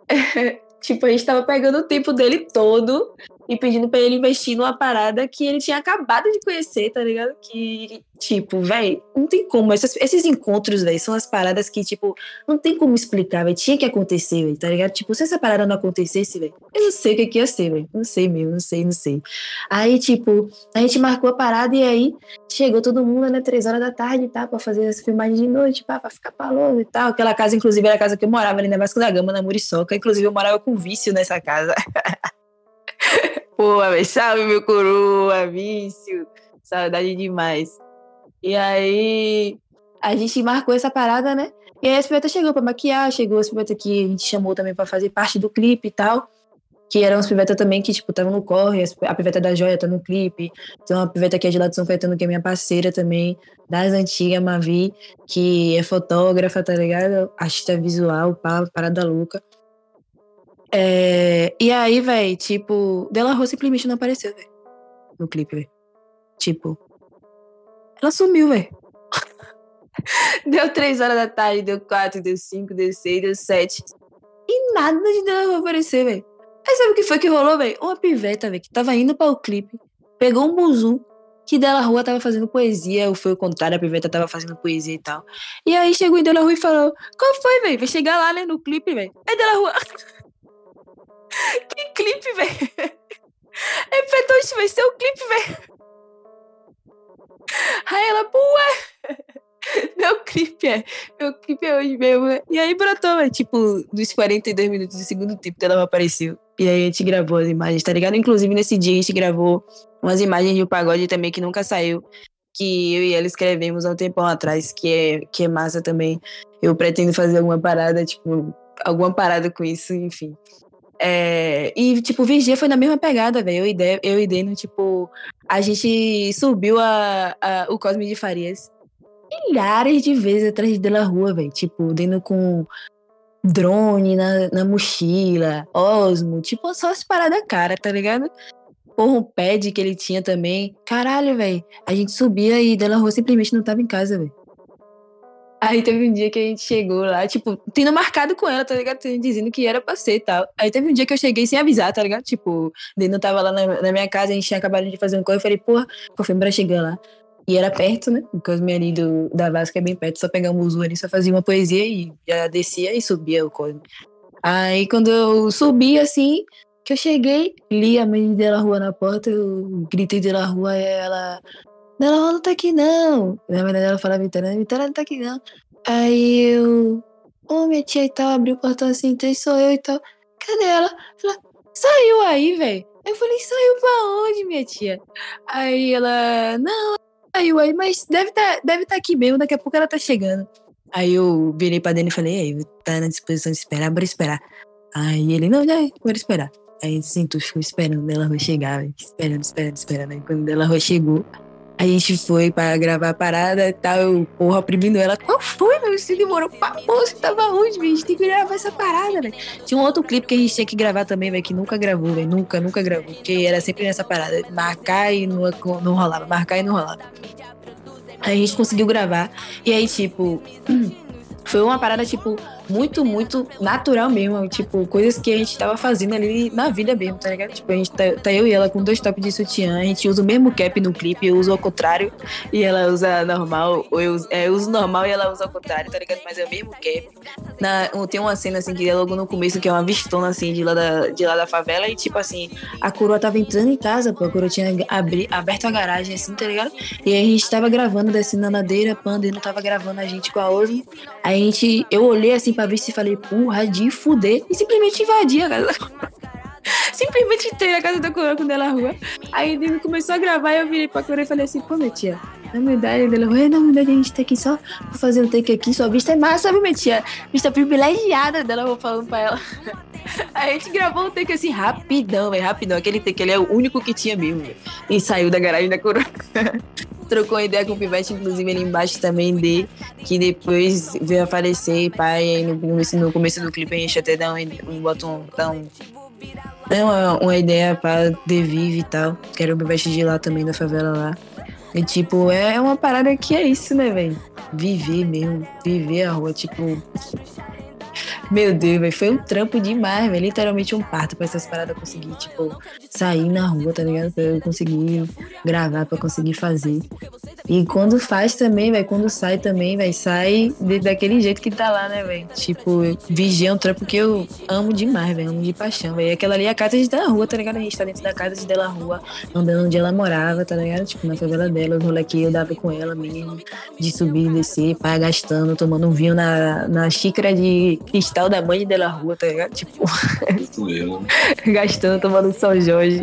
tipo, a gente tava pegando o tempo dele todo e pedindo pra ele investir numa parada que ele tinha acabado de conhecer, tá ligado? Que, tipo, velho, não tem como. Essas, esses encontros, velho, são as paradas que, tipo, não tem como explicar, velho. Tinha que acontecer, velho, tá ligado? Tipo, se essa parada não acontecesse, velho, eu não sei o que, que ia ser, velho. Não sei mesmo, não sei, não sei. Aí, tipo, a gente marcou a parada e aí chegou todo mundo, né, três horas da tarde, tá? Pra fazer essa filmagem de noite, pá, pra ficar paloso e tal. Aquela casa, inclusive, era a casa que eu morava ali na Vasco da Gama, na Muriçoca. Inclusive, eu morava com vício nessa casa. Pô, velho, salve meu coroa, vício, saudade demais. E aí, a gente marcou essa parada, né? E aí a Spiveta chegou pra maquiar, chegou a Spiveta que a gente chamou também pra fazer parte do clipe e tal, que eram as Piveta também que, tipo, estavam no corre, a Piveta da Joia tá no clipe, tem uma Piveta que é de lá de São Caetano, que é minha parceira também, das antigas, Mavi, que é fotógrafa, tá ligado? Artista visual, pá, parada louca. É, e aí, velho, tipo, Della Rua simplesmente não apareceu, velho, no clipe, velho. Tipo, ela sumiu, velho. Deu três horas da tarde, deu quatro, deu cinco, deu seis, deu sete. E nada de Della Rua aparecer, velho. Aí sabe o que foi que rolou, velho? Uma piveta, velho, que tava indo para o clipe, pegou um buzu que Della Rua tava fazendo poesia, ou foi o contrário, a piveta tava fazendo poesia e tal. E aí chegou em Della Rua e falou: qual foi, velho? Vai chegar lá, né, no clipe, velho. Aí Della Rua... que clipe, velho? É, Fetoche, vai ser o clipe, velho. Aí ela, pô, ué, meu clipe é, meu clipe é hoje mesmo, né? E aí brotou, velho, tipo, dos quarenta e dois minutos do segundo tempo que ela apareceu. E aí a gente gravou as imagens, tá ligado? Inclusive nesse dia a gente gravou umas imagens de um pagode também que nunca saiu, que eu e ela escrevemos há um tempão atrás, que é, que é massa também. Eu pretendo fazer alguma parada, tipo, alguma parada com isso, enfim. É, e, tipo, Vigia foi na mesma pegada, velho. Eu e Dê- eu e Deno, tipo, a gente subiu a, a- o Cosme de Farias milhares de vezes atrás de la rua, velho. Tipo, Deno com drone na, na mochila, Osmo, tipo, só as paradas cara, tá ligado? Porra, um pad que ele tinha também. Caralho, velho. A gente subia e Dela Rua simplesmente não tava em casa, velho. Aí teve um dia que a gente chegou lá, tipo, tendo marcado com ela, tá ligado? Dizendo que era pra ser e tal. Aí teve um dia que eu cheguei sem avisar, tá ligado? Tipo, Deno tava lá na, na minha casa, a gente tinha acabado de fazer um corre, eu falei, porra, confirma pra chegar lá. E era perto, né? O Cosme ali do, da Vasca é bem perto, só pegar um buzu ali, só fazia uma poesia e já descia e subia o Cosme. Aí quando eu subi assim, que eu cheguei, li a mãe dela rua na porta, eu gritei dela rua e ela. Dela rua não tá aqui não. Na verdade ela falava Vitória, Vitória não tá aqui não. Aí eu. Ô, minha tia e tal, abriu o portão assim, então sou eu e tal. Cadê ela? Ela saiu aí, velho. Eu falei, saiu pra onde, minha tia? Aí ela, não, saiu aí, mas deve tá, deve tá aqui mesmo, daqui a pouco ela tá chegando. Aí eu virei pra dentro e falei, aí, tá na disposição de esperar, bora esperar. Aí ele, não, já, bora esperar. Aí ele sentou, ficou esperando ela rua chegar, véio. Esperando, esperando, esperando. Aí quando ela rua chegou, a gente foi pra gravar a parada e tal, eu, porra, oprimindo ela. Qual foi, meu? Você demorou pra porra, você tava onde, velho? A gente tem que gravar essa parada, velho. Tinha um outro clipe que a gente tinha que gravar também, velho, que nunca gravou, velho. Nunca, nunca gravou. Porque era sempre nessa parada. Marcar e não, não rolava, marcar e não rolava. Aí a gente conseguiu gravar. E aí, tipo, foi uma parada, tipo, muito, muito natural mesmo. Tipo, coisas que a gente tava fazendo ali na vida mesmo, tá ligado? Tipo, a gente tá, tá eu e ela com dois tops de sutiã. A gente usa o mesmo cap no clipe, eu uso ao contrário. E ela usa normal, ou eu, é, eu uso normal e ela usa ao contrário, tá ligado? Mas é o mesmo cap. Na, tem uma cena, assim, que é logo no começo, que é uma vistona, assim, de lá da, de lá da favela. E, tipo, assim, a coroa tava entrando em casa, pô. A coroa tinha abri, aberto a garagem, assim, tá ligado? E aí a gente tava gravando, descendo na ladeira, Panda, e não tava gravando a gente com a Osmo. Aí a gente, eu olhei, assim, pra ver se falei, porra, de fuder. E simplesmente invadi a casa da coroa. Simplesmente entrei na casa da coroa com ela na rua. Aí ele começou a gravar e eu virei pra coroa e falei assim, pô, minha tia, na verdade, dela, é, na verdade a gente tá aqui só pra fazer um take aqui, sua vista é massa, viu, minha tia? Vista privilegiada dela, eu vou falando pra ela. Aí a gente gravou um take assim, rapidão, velho, rapidão. Aquele take, ele é o único que tinha mesmo, véio. E saiu da garagem da coroa. Trocou uma ideia com o Pivete, inclusive ali embaixo também, de que depois veio a falecer, pai, aí no começo, no começo do clipe a gente até dá um, um botão, dá um, é uma, uma ideia pra The Vive e tal, que era o Pivete de lá também, da favela lá. E tipo, é uma parada que é isso, né, velho? Viver mesmo, viver a rua, tipo... Meu Deus, velho, foi um trampo demais, velho. Literalmente um parto pra essas paradas conseguir, tipo, sair na rua, tá ligado? Pra eu conseguir gravar, pra conseguir fazer. E quando faz também, velho, quando sai também, velho, sai de, daquele jeito que tá lá, né, velho? Tipo, Vigia é um trampo que eu amo demais, velho, amo de paixão, velho. Aquela ali é a casa de Dela Rua, tá ligado? A gente tá dentro da casa de Dela Rua, andando onde ela morava, tá ligado? Tipo, na favela dela, os rolê que eu dava com ela mesmo, de subir e descer, pá, gastando, tomando um vinho na, na xícara de cristal da mãe de Dela Rua, tá ligado? Tipo, Isso mesmo. gastando, tomando São Jorge.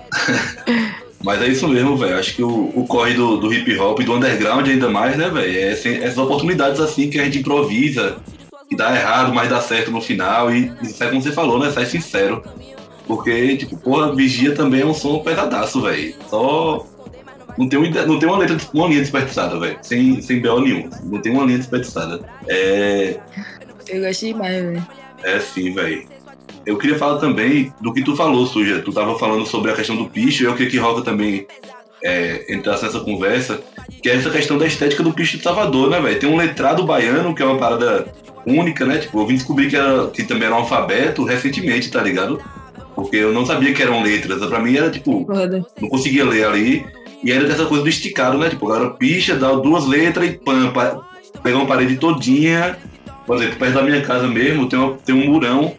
Mas é isso mesmo, velho. Acho que o, o corre do, do hip hop e do underground ainda mais, né, velho? É assim, essas oportunidades assim que a gente improvisa, que dá errado, mas dá certo no final. E, e sai como você falou, né? Sai sincero. Porque, tipo, porra, Vigia também é um som pesadaço, velho. Só. Não tem, uma, não tem uma letra, uma linha desperdiçada, velho. Sem, sem B O nenhum. Não tem uma linha desperdiçada. É. Eu gostei demais, velho. É sim, velho. Eu queria falar também do que tu falou, Suja. Tu tava falando sobre a questão do picho, eu queria que Roca também é, entrasse nessa conversa, que é essa questão da estética do picho de Salvador, né, velho? Tem um letrado baiano, que é uma parada única, né? Tipo, eu vim descobrir que, era, que também era um alfabeto recentemente, tá ligado? Porque eu não sabia que eram letras. Pra mim era, tipo, Foda. não conseguia ler ali. E era dessa coisa do esticado, né? Tipo, agora picha, dá duas letras e pam, pa, pegar uma parede todinha. Por exemplo, perto da minha casa mesmo, tem, uma, tem um murão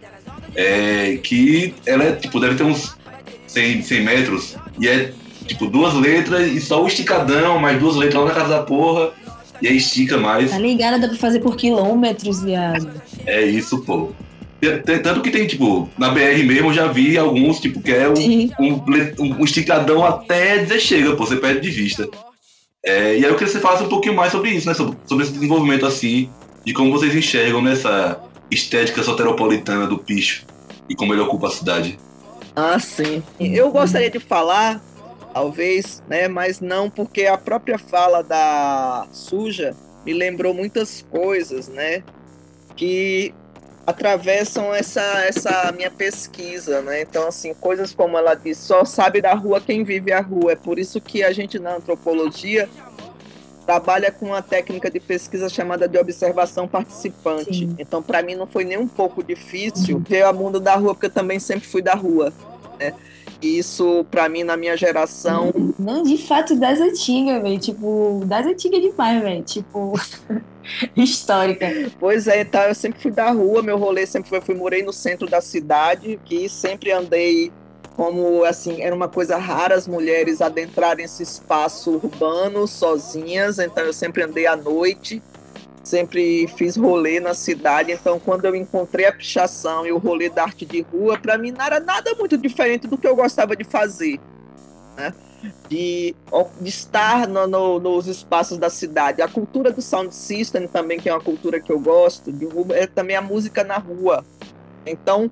é, que ela é, tipo, deve ter uns cem, cem metros. E é, tipo, duas letras e só o esticadão, mais duas letras lá na casa da porra. E aí estica mais. Tá ligado? Dá pra fazer por quilômetros, viado. É isso, pô. Tanto que tem, tipo, na B R mesmo eu já vi alguns, tipo, que é um, um, um esticadão até dizer chega, pô, você perde de vista. É, e aí eu queria que você falasse um pouquinho mais sobre isso, né? Sobre, sobre esse desenvolvimento, assim, de como vocês enxergam nessa estética soteropolitana do picho e como ele ocupa a cidade. Ah, sim. Eu gostaria de falar, talvez, né, mas não porque a própria fala da Suja me lembrou muitas coisas, né, que atravessam essa, essa minha pesquisa, né? Então, assim, coisas como ela disse, só sabe da rua quem vive a rua. É por isso que a gente, na antropologia, trabalha com uma técnica de pesquisa chamada de observação participante. Sim. Então, para mim, não foi nem um pouco difícil ver o mundo da rua, porque eu também sempre fui da rua, né? E isso, para mim, na minha geração... Não, de fato, das antigas, velho. Tipo, das antigas demais, velho. Tipo, histórica. Pois é, então eu sempre fui da rua, meu rolê sempre foi, fui, morei no centro da cidade, que sempre andei como, assim, era uma coisa rara as mulheres adentrarem esse espaço urbano sozinhas, então eu sempre andei à noite, sempre fiz rolê na cidade, então quando eu encontrei a pichação e o rolê da arte de rua, para mim não era nada muito diferente do que eu gostava de fazer, né? De, de estar no, no, nos espaços da cidade. A cultura do sound system também, que é uma cultura que eu gosto, de rua, é também a música na rua. Então,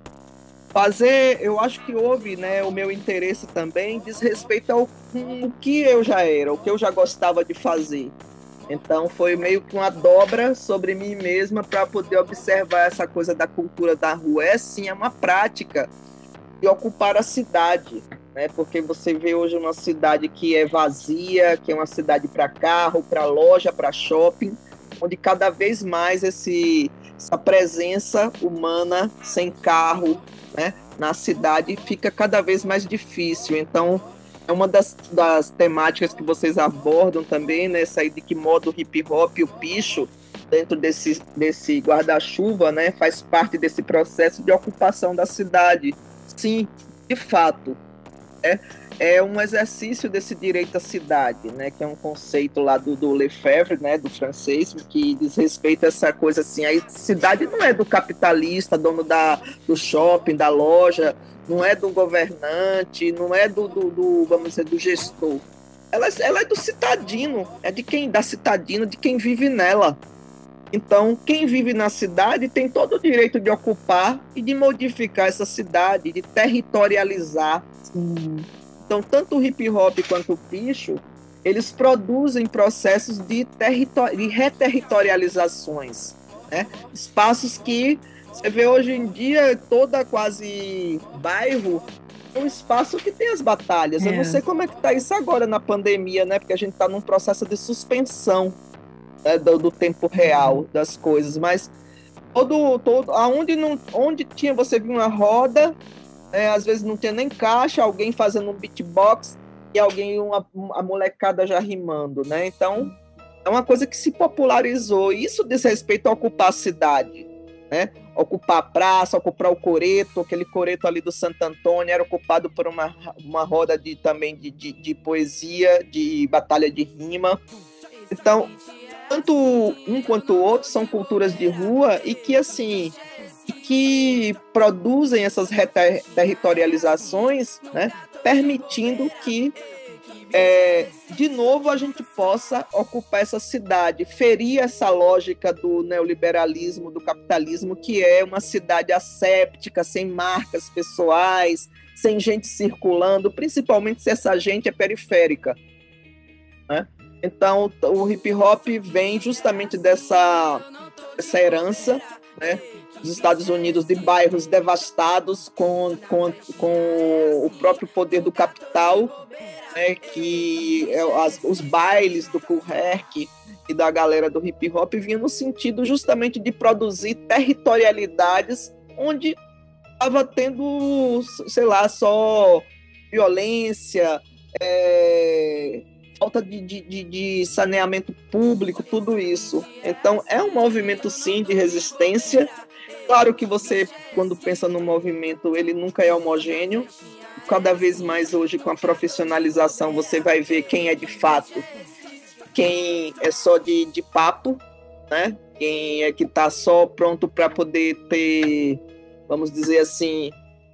fazer, eu acho que houve, né, o meu interesse também diz respeito ao o que eu já era, o que eu já gostava de fazer. Então, foi meio que uma dobra sobre mim mesma para poder observar essa coisa da cultura da rua. É sim, é uma prática de ocupar a cidade, né? Porque você vê hoje uma cidade que é vazia, que é uma cidade para carro, para loja, para shopping, onde cada vez mais esse, essa presença humana sem carro, né, na cidade fica cada vez mais difícil. Então, é uma das, das temáticas que vocês abordam também, né, essa aí de que modo o hip hop e o picho, dentro desse, desse guarda-chuva, né, faz parte desse processo de ocupação da cidade. Sim, de fato. É, é um exercício desse direito à cidade, né, que é um conceito lá do, do Lefebvre, né, do francês, que diz respeito a essa coisa assim, a cidade não é do capitalista, dono da, do shopping, da loja, não é do governante, não é do, do, do vamos dizer, do gestor. Ela, ela é do citadino, é de quem, da citadina, de quem vive nela. Então, quem vive na cidade tem todo o direito de ocupar e de modificar essa cidade, de territorializar. Sim. Então, tanto o hip hop quanto o picho, eles produzem processos de, territori- de reterritorializações, né? Espaços que você vê hoje em dia, toda quase bairro, é um espaço que tem as batalhas. É. Eu não sei como é que está isso agora na pandemia, né? Porque a gente está num processo de suspensão, né, do, do tempo real das coisas, mas todo, todo, aonde não, onde tinha, você viu uma roda, é, às vezes não tinha nem caixa, alguém fazendo um beatbox e alguém, uma, a molecada já rimando, né? Então, é uma coisa que se popularizou. Isso diz respeito a ocupar a cidade, né? Ocupar a praça, ocupar o coreto, aquele coreto ali do Santo Antônio era ocupado por uma, uma roda de, também de, de, de poesia, de batalha de rima. Então, tanto um quanto o outro são culturas de rua e que, assim, que produzem essas territorializações, né, permitindo que, é, de novo, a gente possa ocupar essa cidade, ferir essa lógica do neoliberalismo, do capitalismo, que é uma cidade asséptica, sem marcas pessoais, sem gente circulando, principalmente se essa gente é periférica, né? Então, o hip hop vem justamente dessa, dessa herança, né, dos Estados Unidos, de bairros devastados com, com, com o próprio poder do capital, né, que é, as, os bailes do Kool Herc e da galera do hip hop vinham no sentido justamente de produzir territorialidades onde estava tendo, sei lá, só violência, é, falta de, de, de saneamento público, tudo isso. Então, é um movimento, sim, de resistência. Claro que você, quando pensa no movimento, ele nunca é homogêneo. Cada vez mais hoje, com a profissionalização, você vai ver quem é de fato, quem é só de, de papo, né? Quem é que está só pronto para poder ter, vamos dizer assim,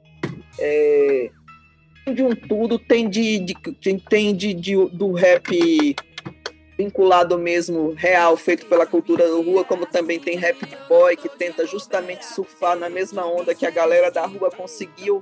é, de um tudo, tem de, de, tem de, de do rap vinculado mesmo, real, feito pela cultura da rua, como também tem rap de boy, que tenta justamente surfar na mesma onda que a galera da rua conseguiu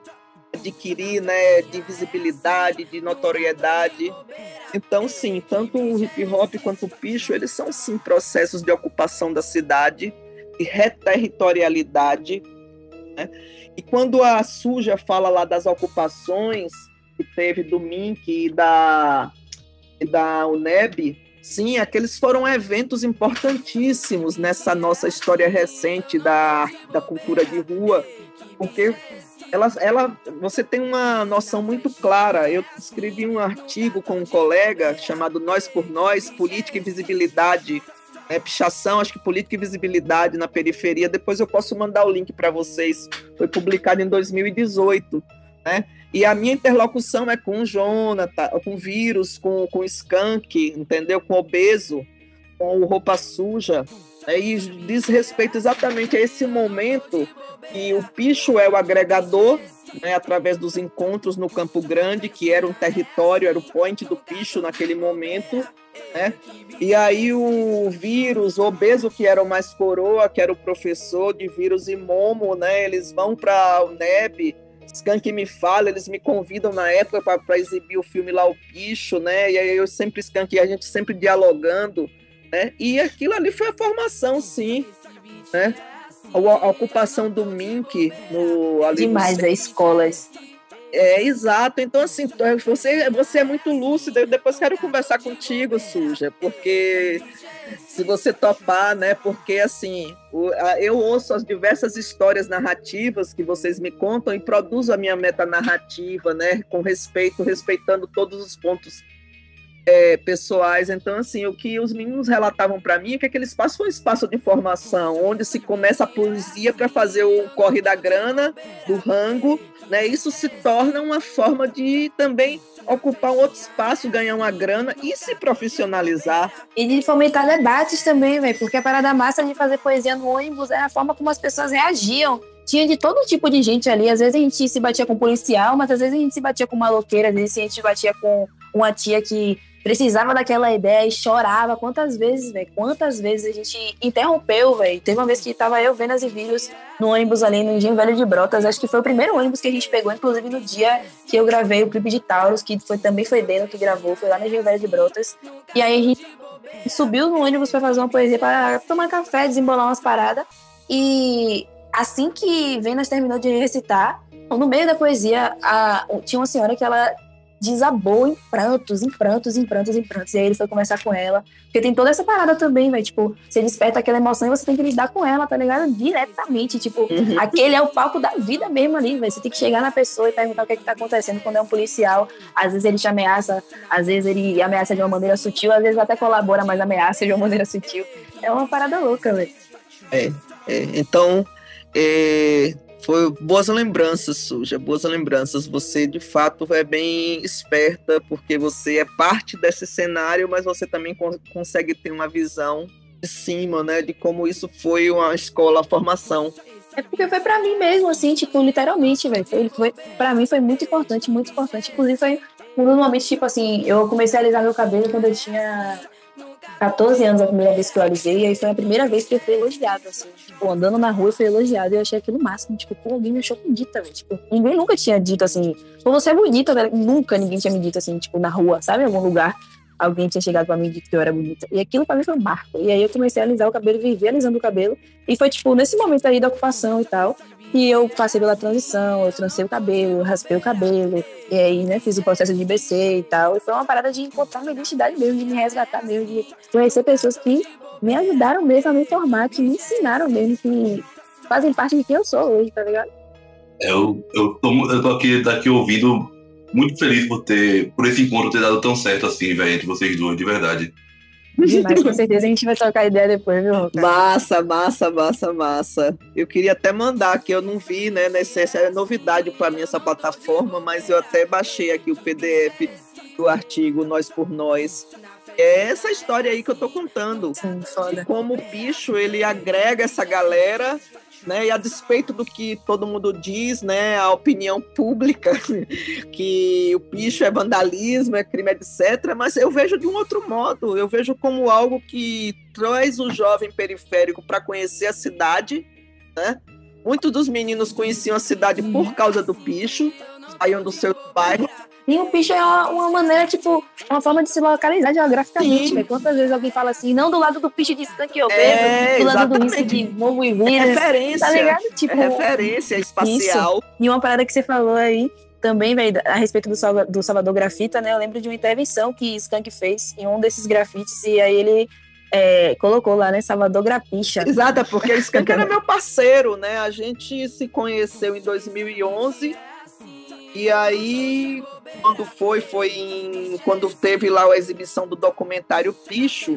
adquirir, né, de visibilidade, de notoriedade. Então, sim, tanto o hip hop quanto o picho, eles são, sim, processos de ocupação da cidade, de reterritorialidade, né? E quando a Suja fala lá das ocupações que teve do M I N C e da, e da U N E B, sim, aqueles foram eventos importantíssimos nessa nossa história recente da, da cultura de rua, porque ela, ela, você tem uma noção muito clara. Eu escrevi um artigo com um colega chamado Nós por Nós, Política e Visibilidade, né, pichação, acho que política e visibilidade na periferia. Depois eu posso mandar o link para vocês. Foi publicado em dois mil e dezoito, né? E a minha interlocução é com o Jonathan, com o Vírus, com, com o Skank, entendeu? Com o Obeso, com o Roupa Suja. Né? E diz respeito exatamente a esse momento que o picho é o agregador, né, através dos encontros no Campo Grande, que era um território, era o point do picho naquele momento, né? E aí o Vírus, o Obeso, que era o mais coroa, que era o professor de Vírus e Momo, né, eles vão para a U N E B, Skank me fala, eles me convidam na época para exibir o filme lá, O Picho, né, e aí eu sempre, Skank, a gente sempre dialogando, né, e aquilo ali foi a formação, sim, né, a, a ocupação do M I N C no... Ali Demais, no... as escolas. É, exato. Então, assim, você, você é muito lúcido. Eu depois quero conversar contigo, Suja, porque se você topar, né? Porque, assim, eu ouço as diversas histórias narrativas que vocês me contam e produzo a minha metanarrativa, né? Com respeito, respeitando todos os pontos é, pessoais. Então, assim, o que os meninos relatavam para mim é que aquele espaço foi um espaço de formação, onde se começa a poesia para fazer o corre da grana, do rango, né? Isso se torna uma forma de também ocupar um outro espaço, ganhar uma grana e se profissionalizar. E de fomentar debates também, velho, porque a parada massa de fazer poesia no ônibus é a forma como as pessoas reagiam. Tinha de todo tipo de gente ali. Às vezes a gente se batia com policial, mas às vezes a gente se batia com maloqueira, às vezes a gente se batia com uma tia que precisava daquela ideia e chorava. Quantas vezes, velho? Quantas vezes a gente interrompeu, velho? Teve uma vez que tava eu, Venas e Vírus, no ônibus ali no Engenho Velho de Brotas. Acho que foi o primeiro ônibus que a gente pegou, inclusive no dia que eu gravei o clipe de Taurus, que foi, também foi Deno que gravou, foi lá no Engenho Velho de Brotas. E aí a gente subiu no ônibus pra fazer uma poesia, pra tomar café, desembolar umas paradas. E assim que Venas terminou de recitar, no meio da poesia, a, tinha uma senhora que ela desabou em prantos, em prantos, em prantos, em prantos. E aí ele foi conversar com ela. Porque tem toda essa parada também, velho. Tipo, você desperta aquela emoção e você tem que lidar com ela, tá ligado? Diretamente. Tipo, uhum. Aquele é o palco da vida mesmo ali, velho. Você tem que chegar na pessoa e perguntar o que é que tá acontecendo quando é um policial. Às vezes ele te ameaça, às vezes ele ameaça de uma maneira sutil, às vezes até colabora, mas ameaça de uma maneira sutil. É uma parada louca, velho. É, é. Então, é... foi boas lembranças, Suja, boas lembranças. Você, de fato, é bem esperta, porque você é parte desse cenário, mas você também con- consegue ter uma visão de cima, né, de como isso foi uma escola, a formação. É porque foi pra mim mesmo, assim, tipo, literalmente, velho. Foi, foi, pra mim foi muito importante, muito importante. Inclusive, foi um dos momentos, tipo assim, eu comecei a alisar meu cabelo quando eu tinha catorze anos, a primeira vez que eu alisei, e aí foi a primeira vez que eu fui elogiada, assim, tipo, andando na rua eu fui elogiada, e eu achei aquilo máximo, tipo, pô, alguém me achou bonita, velho, tipo, ninguém nunca tinha dito assim, pô, você é bonita, velho, nunca ninguém tinha me dito assim, tipo, na rua, sabe, em algum lugar, alguém tinha chegado pra mim e dito que eu era bonita, e aquilo pra mim foi um marco, e aí eu comecei a alisar o cabelo, viver alisando o cabelo, e foi, tipo, nesse momento aí da ocupação e tal, e eu passei pela transição, eu transei o cabelo, eu raspei o cabelo, e aí, né, fiz o processo de I B C e tal, e foi uma parada de encontrar minha identidade mesmo, de me resgatar mesmo, de conhecer pessoas que me ajudaram mesmo a me formar, que me ensinaram mesmo, que fazem parte de quem eu sou hoje, tá ligado? Eu, eu, tô, eu tô aqui, aqui ouvindo, muito feliz por ter, por esse encontro ter dado tão certo assim, velho, entre vocês dois, de verdade. Demais, com certeza a gente vai trocar ideia depois, viu, Roca? Massa, massa, massa, massa. Eu queria até mandar, que eu não vi, né, nessa é novidade para mim essa plataforma, mas eu até baixei aqui o P D F do artigo Nós por Nós. É essa história aí que eu tô contando. Sim, foda. E como o picho, ele agrega essa galera, né, e a despeito do que todo mundo diz, né, a opinião pública, que o picho é vandalismo, é crime, etcétera, mas eu vejo de um outro modo, eu vejo como algo que traz o jovem periférico para conhecer a cidade, né? Muitos dos meninos conheciam a cidade por causa do picho, saiam do seu bairro. E o picho é uma, uma maneira, tipo, uma forma de se localizar geograficamente, velho. Quantas vezes alguém fala assim, não do lado do picho de skunk obeso, É, do lado exatamente. do risco de morro e É vírus, referência. tá ligado? Tipo, É referência espacial. e uma parada que você falou aí, também, velho, a respeito do, Salva, do Salvador Grafita, né? Eu lembro de uma intervenção que Skank fez em um desses grafites, e aí ele é, colocou lá, né, Salvador Grapicha. Exato, porque o Skank era meu parceiro, né? A gente se conheceu em dois mil e onze, e aí, quando foi, foi em, quando teve lá a exibição do documentário Picho,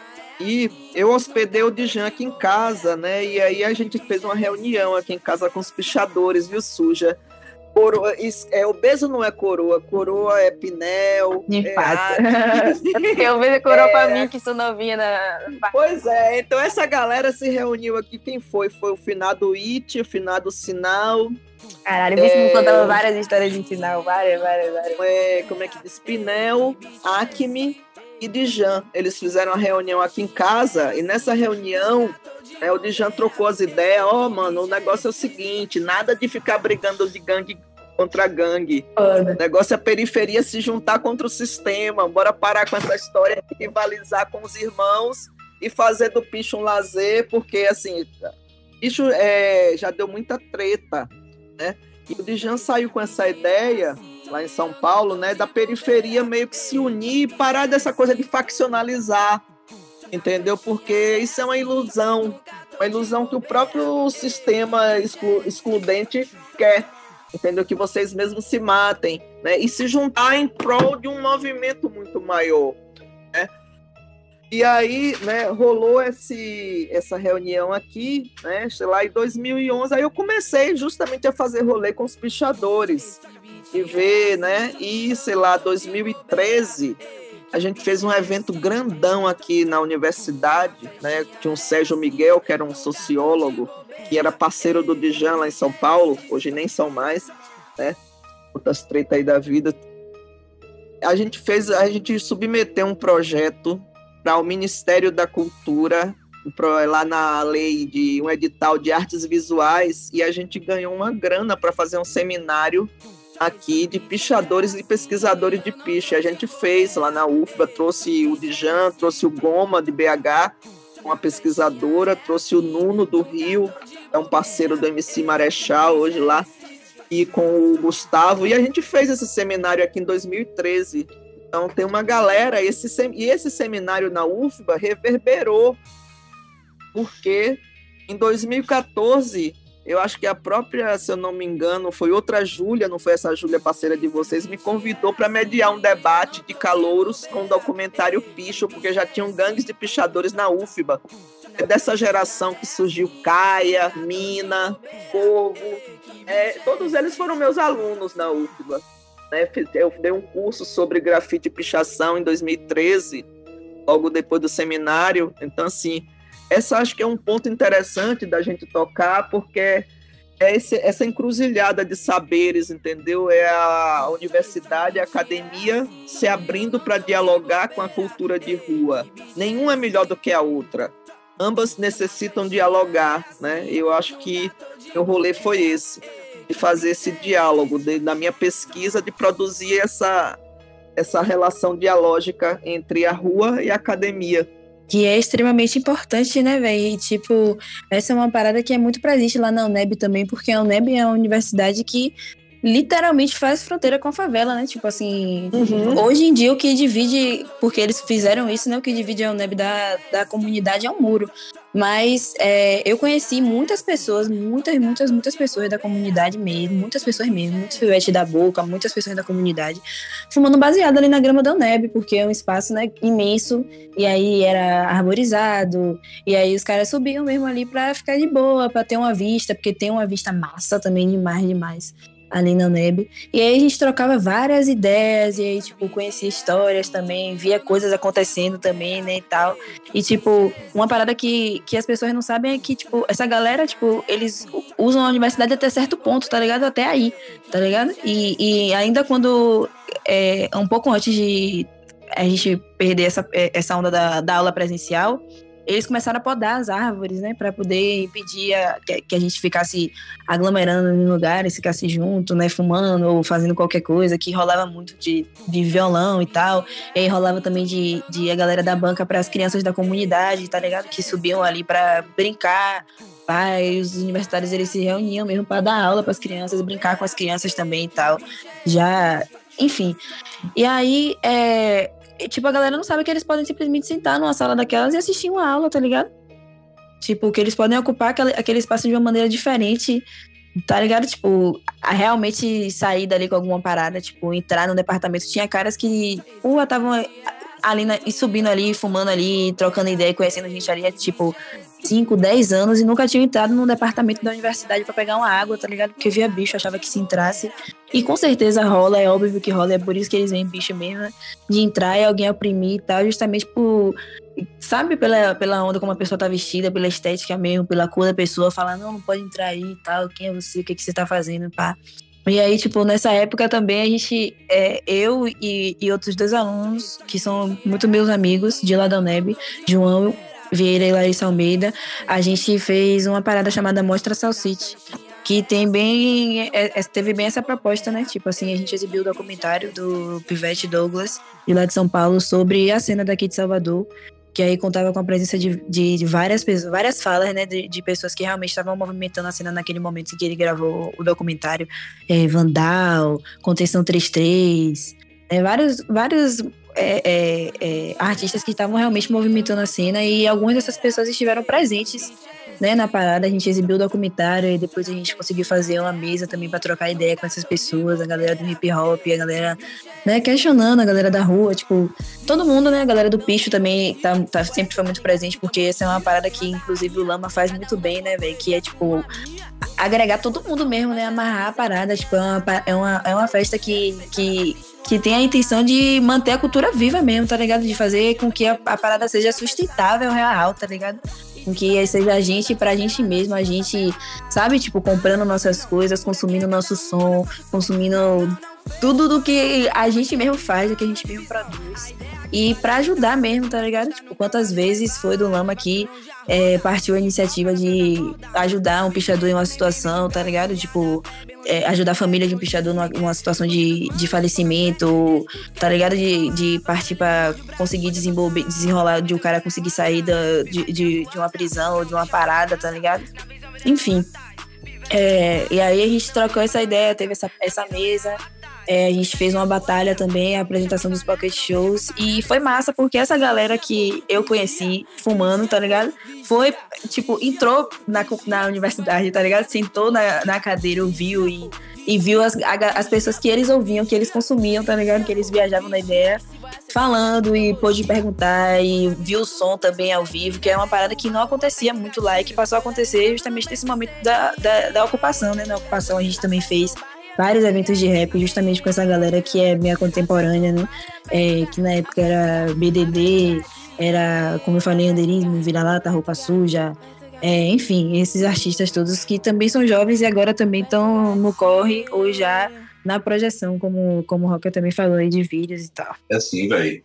e eu hospedei o Djan aqui em casa, né? E aí a gente fez uma reunião aqui em casa com os pichadores, viu, Suja? Coroa, é, obeso não é coroa, coroa é Pinel. De é fato. Acme. Porque eu vejo coroa É. pra mim, que sou novinha na... Pois é, então essa galera se reuniu aqui. Quem foi? Foi o finado It, o finado Sinal, Caralho, o bicho É. me contava várias histórias de final, várias, várias, várias. é, como é que diz? Pinel, Acme e Djan. Eles fizeram uma reunião aqui em casa, e nessa reunião, é, o Djan trocou as ideias. Ó, oh, mano, o negócio é o seguinte, nada de ficar brigando de gangue contra gangue. Foda. O negócio é a periferia se juntar contra o sistema. Bora parar com essa história de rivalizar com os irmãos e fazer do picho um lazer, porque, assim, picho é, já deu muita treta, né? E o Djan saiu com essa ideia, lá em São Paulo, né, da periferia meio que se unir e parar dessa coisa de faccionalizar, entendeu? Porque isso é uma ilusão, uma ilusão que o próprio sistema exclu- excludente quer, entendeu? Que vocês mesmos se matem, né? E se juntar em prol de um movimento muito maior, né? E aí, né, rolou esse, essa reunião aqui, né, sei lá, em dois mil e onze, aí eu comecei justamente a fazer rolê com os pichadores, e ver, né, e sei lá, dois mil e treze, a gente fez um evento grandão aqui na universidade, né, tinha um Sérgio Miguel, que era um sociólogo, que era parceiro do Djan lá em São Paulo, hoje nem são mais, né, outras tretas aí da vida. A gente fez, a gente submeteu um projeto para o Ministério da Cultura, lá na lei de um edital de artes visuais, e a gente ganhou uma grana para fazer um seminário aqui de pichadores e pesquisadores de picha. A gente fez lá na U F B A, trouxe o Djan, trouxe o Goma de B H, uma pesquisadora, trouxe o Nuno do Rio, é um parceiro do M C Marechal hoje lá, e com o Gustavo, e a gente fez esse seminário aqui em dois mil e treze. Então tem uma galera, esse, e esse seminário na U F B A reverberou, porque em dois mil e quatorze, eu acho que a própria, se eu não me engano, foi outra Júlia, não foi essa Júlia parceira de vocês, me convidou para mediar um debate de calouros com o documentário Picho, porque já tinham gangues de pichadores na U F B A. É dessa geração que surgiu Caia, Mina, Povo, é, todos eles foram meus alunos na U F B A. Eu dei um curso sobre grafite e pichação em dois mil e treze, logo depois do seminário. Então, assim, essa acho que é um ponto interessante da gente tocar, porque é esse, essa encruzilhada de saberes, entendeu? É a universidade, a academia se abrindo para dialogar com a cultura de rua. Nenhuma é melhor do que a outra. Ambas necessitam dialogar, né? Eu acho que o rolê foi esse, de fazer esse diálogo, de, na minha pesquisa, de produzir essa, essa relação dialógica entre a rua e a academia. Que é extremamente importante, né, velho? E, tipo, essa é uma parada que é muito presente lá na U N E B também, porque a U N E B é uma universidade que literalmente faz fronteira com a favela, né? Tipo assim, Uhum. hoje em dia o que divide, porque eles fizeram isso, né? O que divide a U N E B da, da comunidade é um muro. Mas é, eu conheci muitas pessoas, muitas, muitas, muitas pessoas da comunidade mesmo, muitas pessoas mesmo, muitos pivetes da boca, muitas pessoas da comunidade, fumando baseado ali na grama da U N E B, porque é um espaço, né, imenso, e aí era arborizado, e aí os caras subiam mesmo ali pra ficar de boa, pra ter uma vista, porque tem uma vista massa também, demais, demais. Ali na U N E B. E aí a gente trocava várias ideias, e aí, tipo, conhecia histórias também, via coisas acontecendo também, né, e tal. E, tipo, uma parada que, que as pessoas não sabem é que, tipo, essa galera, tipo, eles usam a universidade até certo ponto, tá ligado? Até aí, tá ligado? E, e ainda quando, é, um pouco antes de a gente perder essa, essa onda da, da aula presencial, eles começaram a podar as árvores, né, para poder impedir a, que, que a gente ficasse aglomerando em lugares, ficasse junto, né, fumando ou fazendo qualquer coisa, que rolava muito de, de violão e tal, e aí rolava também de, de a galera da banca para as crianças da comunidade, tá ligado, que subiam ali para brincar, pá, e os universitários eles se reuniam mesmo para dar aula para as crianças, brincar com as crianças também e tal, já, enfim, e aí, é... tipo, a galera não sabe que eles podem simplesmente sentar numa sala daquelas e assistir uma aula, tá ligado? Tipo, que eles podem ocupar aquele, aquele espaço de uma maneira diferente, tá ligado? Tipo, a realmente sair dali com alguma parada, tipo, entrar no departamento. Tinha caras que, porra, estavam ali na, e subindo ali, fumando ali, trocando ideia, conhecendo gente ali, tipo, cinco, dez anos e nunca tinham entrado no departamento da universidade pra pegar uma água, tá ligado? Porque via bicho, achava que se entrasse. E com certeza rola, é óbvio que rola, é por isso que eles veem bicho mesmo, né? De entrar e alguém oprimir e tal, justamente por, sabe, pela, pela onda como a pessoa tá vestida, pela estética mesmo, pela cor da pessoa, falar, não, não pode entrar aí e tal, quem é você, o que, que você tá fazendo, pá. E aí, tipo, nessa época também a gente, é, eu e, e outros dois alunos, que são muito meus amigos, de lá da UNEB, João Vieira e Larissa Almeida, a gente fez uma parada chamada Mostra Salsite, que tem bem, é, é, teve bem essa proposta, né? Tipo assim, a gente exibiu o documentário do Pivete Douglas, de lá de São Paulo, sobre a cena daqui de Salvador, que aí contava com a presença de, de, de várias pessoas, várias falas, né? De, de pessoas que realmente estavam movimentando a cena naquele momento em que ele gravou o documentário. É, Vandal, Contenção trinta e três, é, vários, vários É, é, é, artistas que estavam realmente movimentando a cena, e algumas dessas pessoas estiveram presentes, né, na parada. A gente exibiu o documentário e depois a gente conseguiu fazer uma mesa também para trocar ideia com essas pessoas, a galera do hip hop, a galera, né, questionando, a galera da rua, tipo, todo mundo, né, a galera do picho também tá, tá, sempre foi muito presente, porque essa é uma parada que inclusive o Lama faz muito bem, né, velho, que é tipo agregar todo mundo mesmo, né, amarrar a parada, tipo, é uma, é uma, é uma festa que, que que tem a intenção de manter a cultura viva mesmo, tá ligado? De fazer com que a, a parada seja sustentável, real, tá ligado? Com que seja a gente pra gente mesmo, a gente, sabe? Tipo, comprando nossas coisas, consumindo nosso som, consumindo tudo do que a gente mesmo faz, do que a gente mesmo produz. E pra ajudar mesmo, tá ligado? Tipo, quantas vezes foi do Lama que é, partiu a iniciativa de ajudar um pichador em uma situação, tá ligado? Tipo, é, ajudar a família de um pichador numa, numa situação de, de falecimento, tá ligado? De, de partir pra conseguir desenvolver, desenrolar, de o um cara conseguir sair da, de, de, de uma prisão ou de uma parada, tá ligado? Enfim. É, e aí a gente trocou essa ideia, teve essa, essa mesa. É, a gente fez uma batalha também, a apresentação dos pocket shows, e foi massa porque essa galera que eu conheci fumando, tá ligado? Foi, tipo, entrou na, na universidade, tá ligado? Sentou na, na cadeira, ouviu e, e viu as, as pessoas que eles ouviam, que eles consumiam, tá ligado? Que eles viajavam na ideia, falando e pôde perguntar e viu o som também ao vivo, que é uma parada que não acontecia muito lá e que passou a acontecer justamente nesse momento da, da, da ocupação, né? Na ocupação a gente também fez vários eventos de rap justamente com essa galera que é minha contemporânea, né? É, que na época era B D D, era, como eu falei, Anderismo, Vira-Lata, Roupa Suja, é, enfim, esses artistas todos que também são jovens e agora também estão no corre ou já na projeção, como, como o Rocker também falou aí, de vídeos e tal. É assim, velho.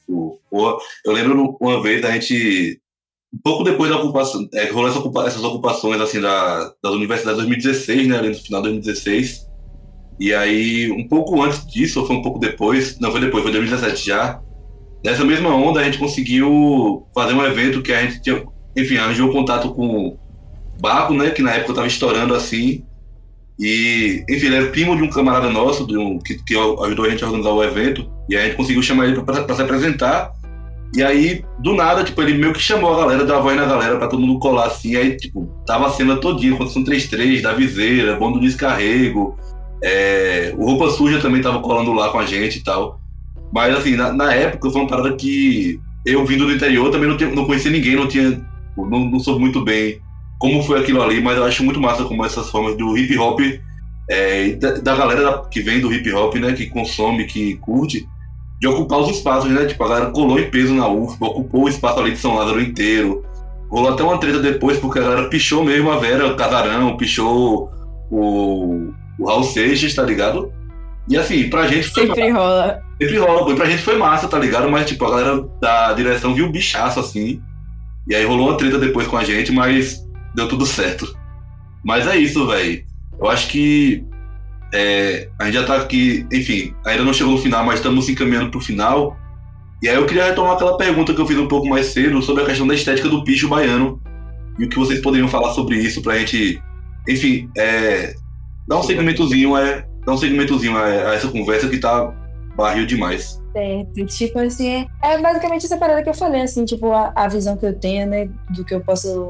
Eu lembro uma vez da gente, um pouco depois da ocupação, é, rolou essa ocupa, essas ocupações assim, da, das universidades de dois mil e dezesseis, né? Ali no final de dois mil e dezesseis. E aí, um pouco antes disso, ou foi um pouco depois, não foi depois, foi dois mil e dezessete já, nessa mesma onda a gente conseguiu fazer um evento que a gente tinha, enfim, arranjou contato com o Baco, né, que na época estava estourando assim, e, enfim, ele era primo de um camarada nosso, de um, que, que ajudou a gente a organizar o evento, e a gente conseguiu chamar ele para se apresentar, e aí, do nada, tipo, ele meio que chamou a galera, deu a voz na galera pra todo mundo colar assim, aí, tipo, tava a cena todinha, Condição trinta e três, da Viseira, Bom do Descarrego. É, o Roupa Suja também tava colando lá com a gente e tal. Mas assim, na, na época foi uma parada que eu vindo do interior também não, tinha, não conhecia ninguém, não tinha, não, não soube muito bem como foi aquilo ali, mas eu acho muito massa como essas formas do hip hop, é, da, da galera que vem do hip hop, né, que consome, que curte, de ocupar os espaços, né, tipo, a galera colou em peso na U F P, ocupou o espaço ali de São Lázaro inteiro. Rolou até uma treta depois, porque a galera pichou mesmo a Vera, o Casarão, pichou o o Raul Seixas, tá ligado? E assim, pra gente foi Sempre massa. rola. Sempre rola, e pra gente foi massa, tá ligado? Mas tipo, a galera da direção viu o bichaço, assim, E aí rolou uma treta depois com a gente, mas deu tudo certo. Mas é isso, velho. Eu acho que é, a gente já tá aqui, enfim, ainda não chegou no final, mas estamos se encaminhando pro final. E aí eu queria retomar aquela pergunta que eu fiz um pouco mais cedo sobre a questão da estética do picho baiano e o que vocês poderiam falar sobre isso pra gente, enfim, é, dar um segmentozinho, é, dar um segmentozinho a, a essa conversa que tá barril demais. Certo, tipo assim, é, é basicamente essa parada que eu falei, assim, tipo, a, a visão que eu tenho, né, do que eu posso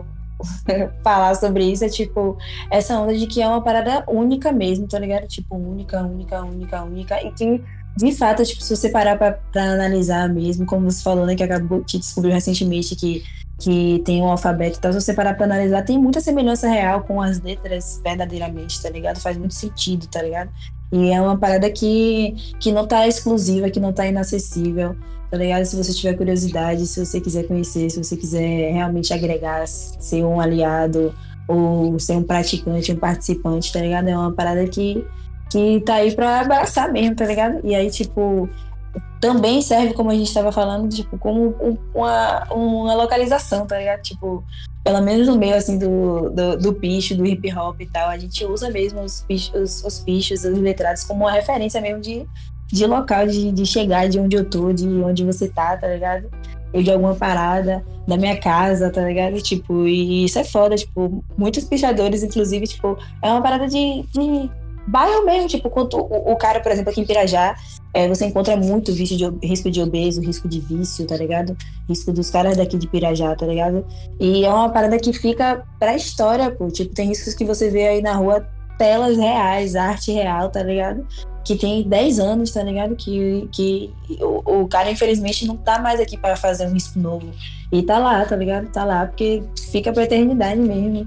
falar sobre isso é, tipo, essa onda de que é uma parada única mesmo, tá ligado? Tipo, única, única, única, única, e que, de fato, tipo, se você parar pra, pra analisar mesmo, como você falou, né, que acabou, que descobriu recentemente que, que tem um alfabeto e tal, se você parar pra analisar, tem muita semelhança real com as letras verdadeiramente, tá ligado? Faz muito sentido, tá ligado? E é uma parada que, que não tá exclusiva, que não tá inacessível, tá ligado? Se você tiver curiosidade, se você quiser conhecer, se você quiser realmente agregar, ser um aliado ou ser um praticante, um participante, tá ligado? É uma parada que, que tá aí pra abraçar mesmo, tá ligado? E aí, tipo, também serve, como a gente tava falando, tipo, como um, uma, uma localização, tá ligado? Tipo, pelo menos no meio, assim, do, do, do picho, do hip hop e tal, a gente usa mesmo os pichos, os, os pichos, os letrados como uma referência mesmo de, de local, de, de chegar, de onde eu tô, de onde você tá, tá ligado? Ou de alguma parada, da minha casa, tá ligado? Tipo, e isso é foda, tipo, muitos pichadores, inclusive, tipo, é uma parada de, de bairro mesmo, tipo, quanto o, o cara, por exemplo, aqui em Pirajá, é, você encontra muito vício de, risco de obeso, risco de vício, tá ligado? Risco dos caras daqui de Pirajá, tá ligado? E é uma parada que fica pra história, pô. Tipo, tem riscos que você vê aí na rua, telas reais, arte real, tá ligado? Que tem dez anos, tá ligado? Que, que o, o cara, infelizmente, não tá mais aqui para fazer um risco novo. E tá lá, tá ligado? Tá lá, porque fica pra eternidade mesmo.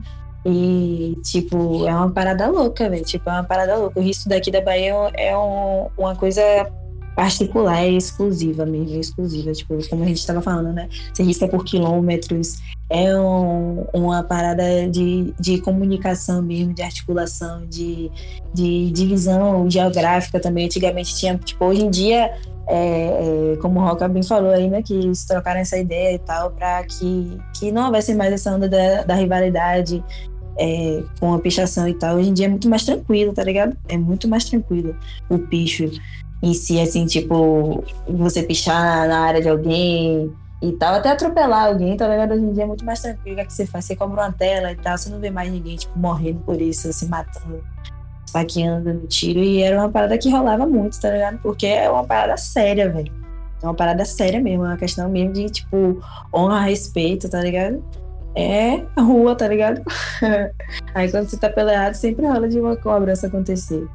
E, tipo, é uma parada louca, velho. Tipo, é uma parada louca. O risco daqui da Bahia é um, uma coisa particular, é exclusiva mesmo, é exclusiva. Tipo, como a gente estava falando, né? Você risca por quilômetros. É um, uma parada de, de comunicação mesmo, de articulação, de, de divisão geográfica também. Antigamente tinha, tipo, hoje em dia, é, é, como o Roca bem falou aí, né? Que eles trocaram essa ideia e tal, para que, que não houvesse mais essa onda da, da rivalidade. É, com a pichação e tal, hoje em dia é muito mais tranquilo, tá ligado? É muito mais tranquilo o picho em si, assim, tipo, você pichar na área de alguém e tal, até atropelar alguém, tá ligado? Hoje em dia é muito mais tranquilo. O que você faz? Você cobra uma tela e tal, você não vê mais ninguém, tipo, morrendo por isso, se matando, esfaqueando no tiro, e era uma parada que rolava muito, tá ligado? Porque é uma parada séria, velho. É uma parada séria mesmo, é uma questão mesmo de, tipo, honra, respeito, tá ligado? É rua, tá ligado? Aí quando você tá pelo errado, sempre rola de uma cobrança acontecer.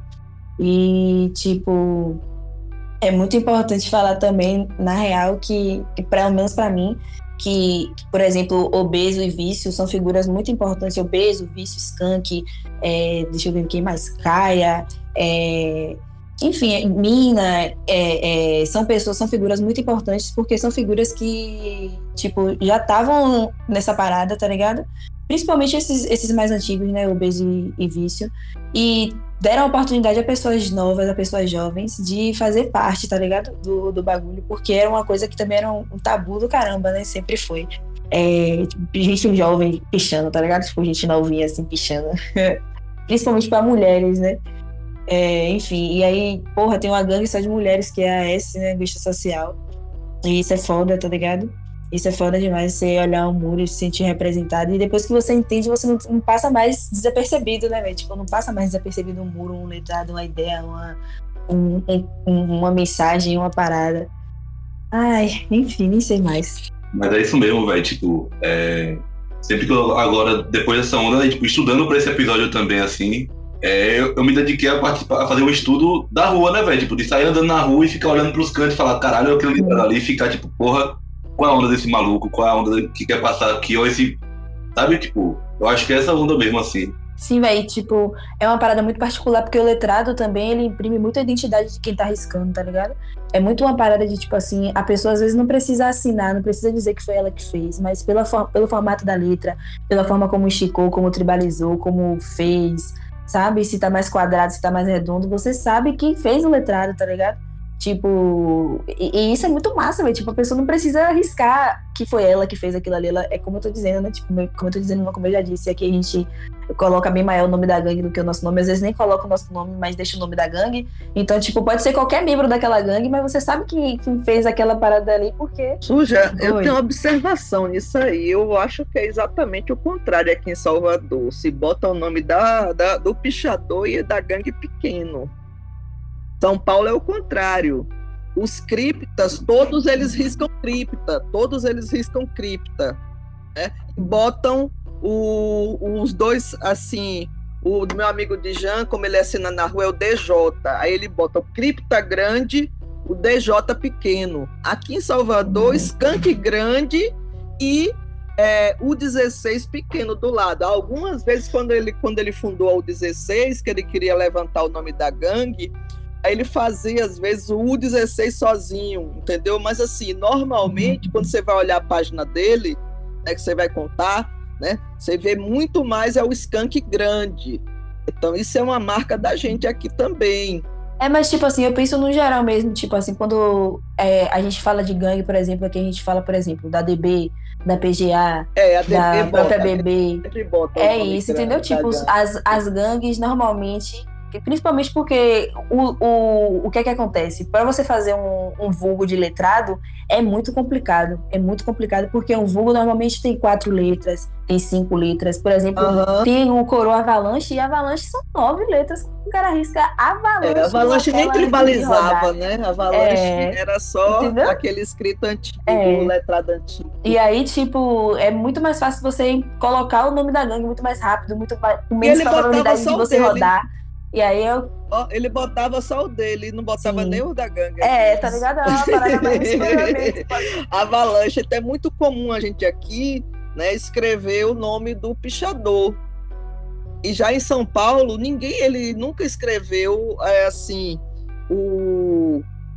E, tipo, é muito importante falar também, na real, que, que pelo menos pra mim, que, por exemplo, obeso e vício são figuras muito importantes. Obeso, vício, skunk, é, deixa eu ver quem mais, Caia, é, enfim, Mina, é, é, são pessoas, são figuras muito importantes, porque são figuras que, tipo, já estavam nessa parada, tá ligado? Principalmente esses, esses mais antigos, né, obeso e, e vício, e deram oportunidade a pessoas novas, a pessoas jovens, de fazer parte, tá ligado? Do, do bagulho, porque era uma coisa que também era um, um tabu do caramba, né? Sempre foi. É, tipo, gente jovem pichando, tá ligado? Tipo, gente novinha, assim, pichando. Principalmente pra mulheres, né? É, enfim, e aí, porra, tem uma gangue só de mulheres, que é a S, né? Angústia Social. E isso é foda, tá ligado? Isso é foda demais, você olhar um muro e se sentir representado. E depois que você entende, você não, não passa mais desapercebido, né, velho? Tipo, não passa mais desapercebido um muro, um letrado, uma ideia, uma, um, um, uma mensagem, uma parada. Ai, enfim, nem sei mais. Mas é isso mesmo, velho. Tipo, é... sempre que eu, agora, depois dessa onda, tipo, estudando pra esse episódio também, assim, é, eu, eu me dediquei a, participar, a fazer um estudo da rua, né, velho? Tipo, de sair andando na rua e ficar olhando pros cantos e falar, caralho, eu quero ligar ali e ficar, tipo, porra, qual é a onda desse maluco? Qual é a onda que quer passar aqui? Ou esse... Sabe, tipo, eu acho que é essa onda mesmo, assim. Sim, velho, tipo, é uma parada muito particular, porque o letrado também, ele imprime muita identidade de quem tá riscando, tá ligado? É muito uma parada de, tipo assim, a pessoa às vezes não precisa assinar, não precisa dizer que foi ela que fez, mas pela for- pelo formato da letra, pela forma como esticou, como tribalizou, como fez, sabe? Se tá mais quadrado, se tá mais redondo, você sabe quem fez o letrado, tá ligado? Tipo, e, e isso é muito massa, velho. Tipo, a pessoa não precisa arriscar que foi ela que fez aquilo ali. Ela, é como eu tô dizendo, né? Tipo, como eu tô dizendo, como eu já disse, aqui a gente coloca bem maior o nome da gangue do que o nosso nome. Às vezes nem coloca o nosso nome, mas deixa o nome da gangue. Então, tipo, pode ser qualquer membro daquela gangue, mas você sabe que, que fez aquela parada ali porque... Suja, eu Oi. tenho uma observação nisso aí. Eu acho que é exatamente o contrário aqui em Salvador. Se bota o nome da, da, do pichador e da gangue pequeno. São Paulo é o contrário. Os criptas, todos eles riscam cripta, todos eles riscam cripta, né? E botam o, os dois, assim, o do meu amigo Dijan, como ele assina na rua, é o D J. Aí ele bota o cripta grande, o D J pequeno. Aqui em Salvador, skunk grande e é, o dezesseis pequeno do lado. Algumas vezes, quando ele, quando ele fundou o dezesseis, que ele queria levantar o nome da gangue, aí ele fazia, às vezes, o U dezesseis sozinho, entendeu? Mas, assim, normalmente, quando você vai olhar a página dele, né, que você vai contar, né, você vê muito mais é o skunk grande. Então, isso é uma marca da gente aqui também. É, mas, tipo assim, eu penso no geral mesmo, tipo assim, quando é, a gente fala de gangue, por exemplo, aqui a gente fala, por exemplo, da D B, da P G A, É, a D B da bota, própria a B B. sempre bota o É nome isso, grande entendeu? da Tipo, gangue. as, as gangues normalmente, principalmente porque o, o, o que é que acontece? Para você fazer um, um vulgo de letrado, é muito complicado. É muito complicado porque um vulgo normalmente tem quatro letras, tem cinco letras. Por exemplo, Aham. tem o coroa avalanche, e avalanche são nove letras. O cara arrisca avalanche. É, a Avalanche numa nem tela de tribalizava, rodar. né? A Avalanche É, era só entendeu? aquele escrito antigo, É. o letrado antigo. E aí, tipo, é muito mais fácil você colocar o nome da gangue muito mais rápido, muito mais, com menos ele botava probabilidade só de o você dele. rodar. E aí eu. Ó, ele botava só o dele, não botava Sim. nem o da gangue. É, tá ligado? É uma parada mais escolhida. Avalanche, até é muito comum a gente aqui, né, escrever o nome do pichador. E já em São Paulo, ninguém, ele nunca escreveu é, assim, o...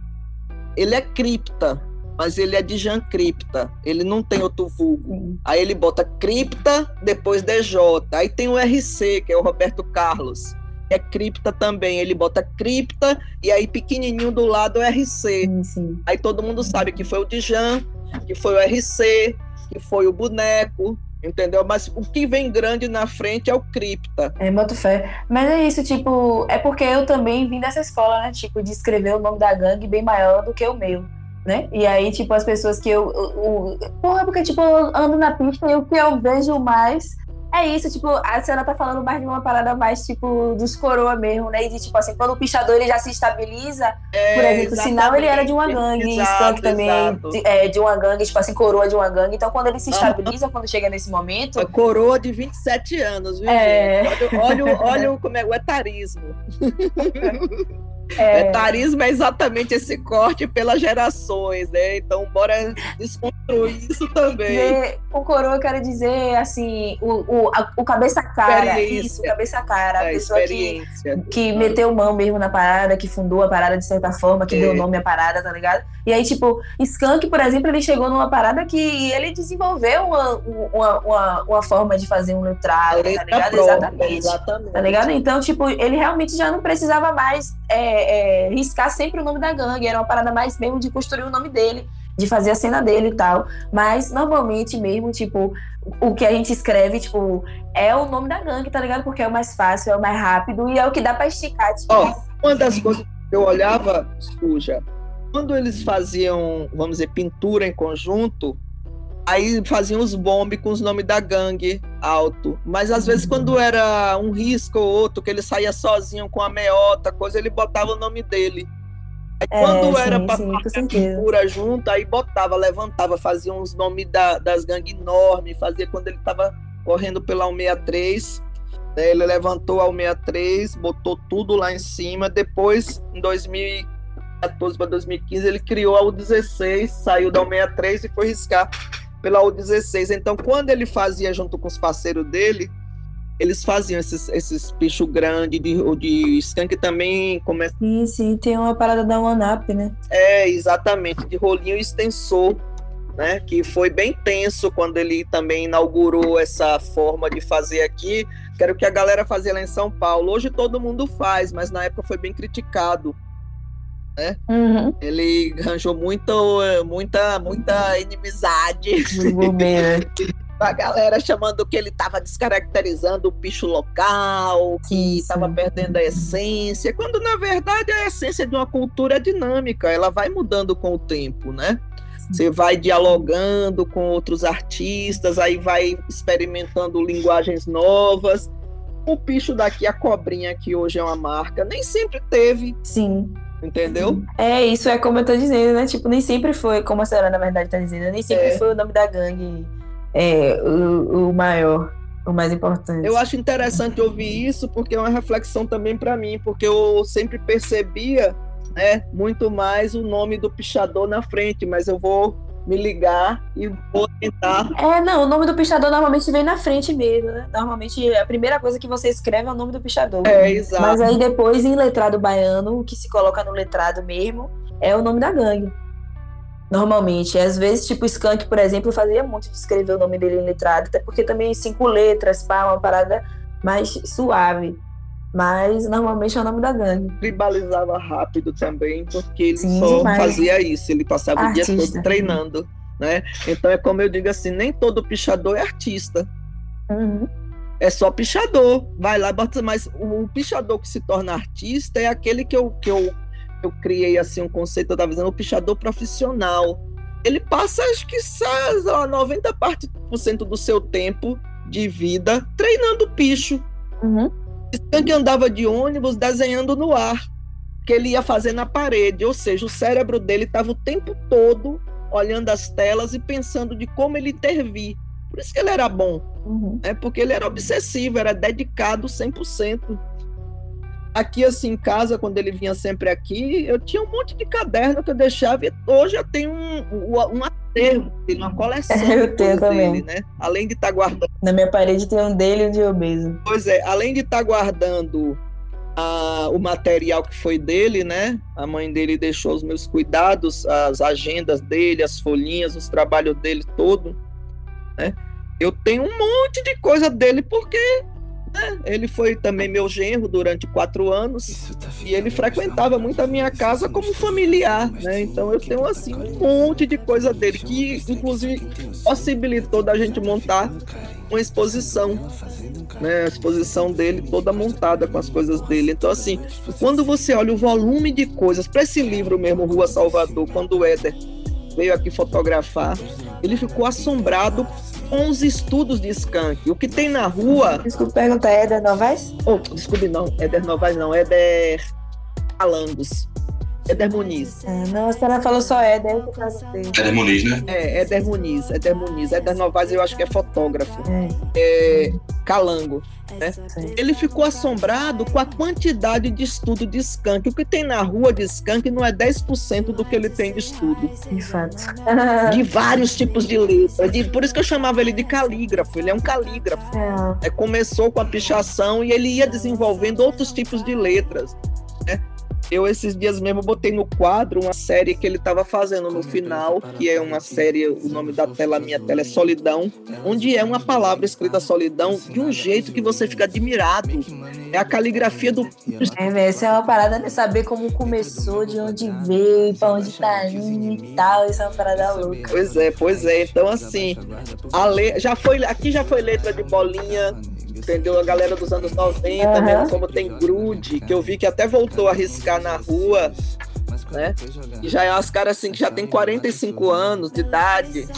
ele é cripta, mas ele é de Jan Cripta, ele não tem outro vulgo. Aí ele bota cripta, depois D J. Aí tem o R C, que é o Roberto Carlos, é cripta também, ele bota cripta, e aí pequenininho do lado é R C. Sim, sim. Aí todo mundo sabe que foi o Dijan, que foi o R C, que foi o boneco, entendeu? Mas o que vem grande na frente é o cripta. É, boto fé. Mas é isso, tipo, é porque eu também vim dessa escola, né? Tipo, de escrever o nome da gangue bem maior do que o meu, né? E aí, tipo, as pessoas que eu. eu, eu porra, porque, tipo, eu ando na pista e o que eu vejo mais é isso, tipo, a senhora tá falando mais de uma parada mais, tipo, dos coroa mesmo, né? E de, tipo, assim, quando o pichador ele já se estabiliza, É, por exemplo, o Sinal ele era de uma gangue, exato, Skunk também exato. de, é, de uma gangue, tipo assim, coroa de uma gangue. Então, quando ele se Aham. estabiliza, quando chega nesse momento. A coroa de vinte e sete anos, viu, É. gente? Olha, olha, olha o- como é o etarismo. É, Etarismo é exatamente esse corte pelas gerações, né? Então, bora desconstruir isso também. dizer, o coroa, eu quero dizer, assim, o, o, a- o cabeça cara, Experiência. isso, o cabeça cara, a A pessoa que, experiência. que meteu mão mesmo na parada, que fundou a parada de certa forma, que É. deu nome à parada, tá ligado? E aí, tipo, Skunk, por exemplo, ele chegou numa parada que ele desenvolveu uma, uma, uma, uma forma de fazer um letrado, tá Letra ligado? própria, Exatamente. exatamente. Tá ligado? Então, tipo, ele realmente já não precisava mais é, é, riscar sempre o nome da gangue. Era uma parada mais mesmo de construir o nome dele, de fazer a cena dele e tal. Mas, normalmente mesmo, tipo, o que a gente escreve, tipo, é o nome da gangue, tá ligado? Porque é o mais fácil, é o mais rápido e é o que dá pra esticar. Tipo, Ó, uma das coisas que eu olhava, suja, quando eles faziam, vamos dizer, pintura em conjunto, aí faziam os bombes com os nomes da gangue alto. Mas às vezes quando era um risco ou outro, que ele saía sozinho com a meiota, coisa, ele botava o nome dele. Aí É, quando sim, era pra sim, com fazer a certeza. pintura junto, aí botava, levantava, fazia uns nomes da, das gangues enormes, fazia quando ele tava correndo pela cento e sessenta e três, né, ele levantou a cento e sessenta e três, botou tudo lá em cima, depois, em dois mil e quatorze para dois mil e quinze, ele criou a U dezesseis, saiu da cento e sessenta e três e foi riscar pela U dezesseis. Então, quando ele fazia junto com os parceiros dele, eles faziam esses, esses bichos grandes de, de skunk também começa. sim, sim, tem uma parada da One Up, né? É, exatamente, de rolinho extensor, né? Que foi bem tenso quando ele também inaugurou essa forma de fazer aqui, que era o que a galera fazia lá em São Paulo. Hoje todo mundo faz, mas na época foi bem criticado. Uhum. Ele arranjou muito, muita, muita inimizade. Muito bobeira. A galera chamando que ele estava descaracterizando o bicho local, que estava perdendo a essência, quando na verdade a essência de uma cultura é dinâmica, ela vai mudando com o tempo, né? Você vai dialogando com outros artistas, aí vai experimentando linguagens novas. O bicho daqui, a cobrinha, que hoje é uma marca, nem sempre teve. Sim. Entendeu? É, isso é como eu tô dizendo, né? Tipo, nem sempre foi, como a senhora na verdade tá dizendo, nem sempre É. foi o nome da gangue é, o, o maior, o mais importante. Eu acho interessante ouvir isso, porque é uma reflexão também para mim, porque eu sempre percebia, né, muito mais o nome do pichador na frente, mas eu vou me ligar e vou tentar. É, não, o nome do pichador normalmente vem na frente mesmo, né? Normalmente a primeira coisa que você escreve é o nome do pichador. É, exato. Mas aí depois, em letrado baiano, o que se coloca no letrado mesmo é o nome da gangue. Normalmente. Às vezes, tipo, Skank, por exemplo, fazia muito de escrever o nome dele em letrado, até porque também cinco letras, pá, uma parada mais suave. Mas normalmente é o nome da gangue. Tribalizava rápido também, porque ele Sim, só demais. fazia isso, ele passava o dia Artista. todo treinando, né? Então é como eu digo assim, nem todo pichador é artista. Uhum. É só pichador, vai lá, bota, mas o, o pichador que se torna artista é aquele que eu, que eu, eu criei assim um conceito, eu estava dizendo, o pichador profissional. Ele passa, acho que sei lá, noventa por cento do seu tempo de vida treinando picho. Uhum. Skank andava de ônibus desenhando no ar, que ele ia fazer na parede, ou seja, o cérebro dele estava o tempo todo olhando as telas e pensando de como ele intervir. Por isso que ele era bom, Uhum. né? Porque ele era obsessivo, era dedicado cem por cento. Aqui, assim, em casa, quando ele vinha sempre aqui, eu tinha um monte de caderno que eu deixava, e hoje eu tenho um, um, um acervo, uma coleção Eu de tenho coisas também. dele, né? Além de estar guardando. Na minha parede tem um dele e um de obeso. Pois é, além de estar guardando ah, o material que foi dele, né? A mãe dele deixou os meus cuidados, as agendas dele, as folhinhas, os trabalhos dele todo, né? Eu tenho um monte de coisa dele porque, né, ele foi também meu genro durante quatro anos e ele frequentava muito a minha casa como familiar, né? Então eu tenho assim um monte de coisa dele que inclusive possibilitou da gente montar uma exposição, né? A exposição dele toda montada com as coisas dele. Então assim, quando você olha o volume de coisas para esse livro mesmo, Rua Salvador, quando o Éder veio aqui fotografar, ele ficou assombrado com os estudos de Skank. O que tem na rua... Desculpa, pergunta, é Éder Novaes? Oh, desculpe, não. Éder Novaes não. Éder Calangos. Éder Muniz. Ah, não, a senhora falou só Éder, eu que perguntei. Éder Muniz, né? É, Éder Muniz. Éder Muniz. Éder Novaes eu acho que é fotógrafo. É, É, Calango. Né? sim. Ele ficou assombrado com a quantidade de estudo de Skank. O que tem na rua de Skank não é dez por cento do que ele tem de estudo. De fato. De vários tipos de letra. De, por isso que eu chamava ele de calígrafo. Ele é um calígrafo. É. É, começou com a pichação e ele ia desenvolvendo outros tipos de letras, né? Eu, esses dias mesmo, botei no quadro uma série que ele estava fazendo no final, que é uma série, o nome da tela, minha tela é Solidão, onde é uma palavra escrita Solidão de um jeito que você fica admirado. É a caligrafia do... É, véio, essa é uma parada, né? Saber como começou, de onde veio, pra onde tá indo e tal. Isso é uma parada louca. Pois é, pois é. Então, assim, a le... já foi, aqui já foi letra de Bolinha, entendeu? A galera dos anos noventa, Uhum. mesmo, como tem Grude, que eu vi que até voltou a riscar na rua, né? E já é umas caras assim que já tem quarenta e cinco anos de idade,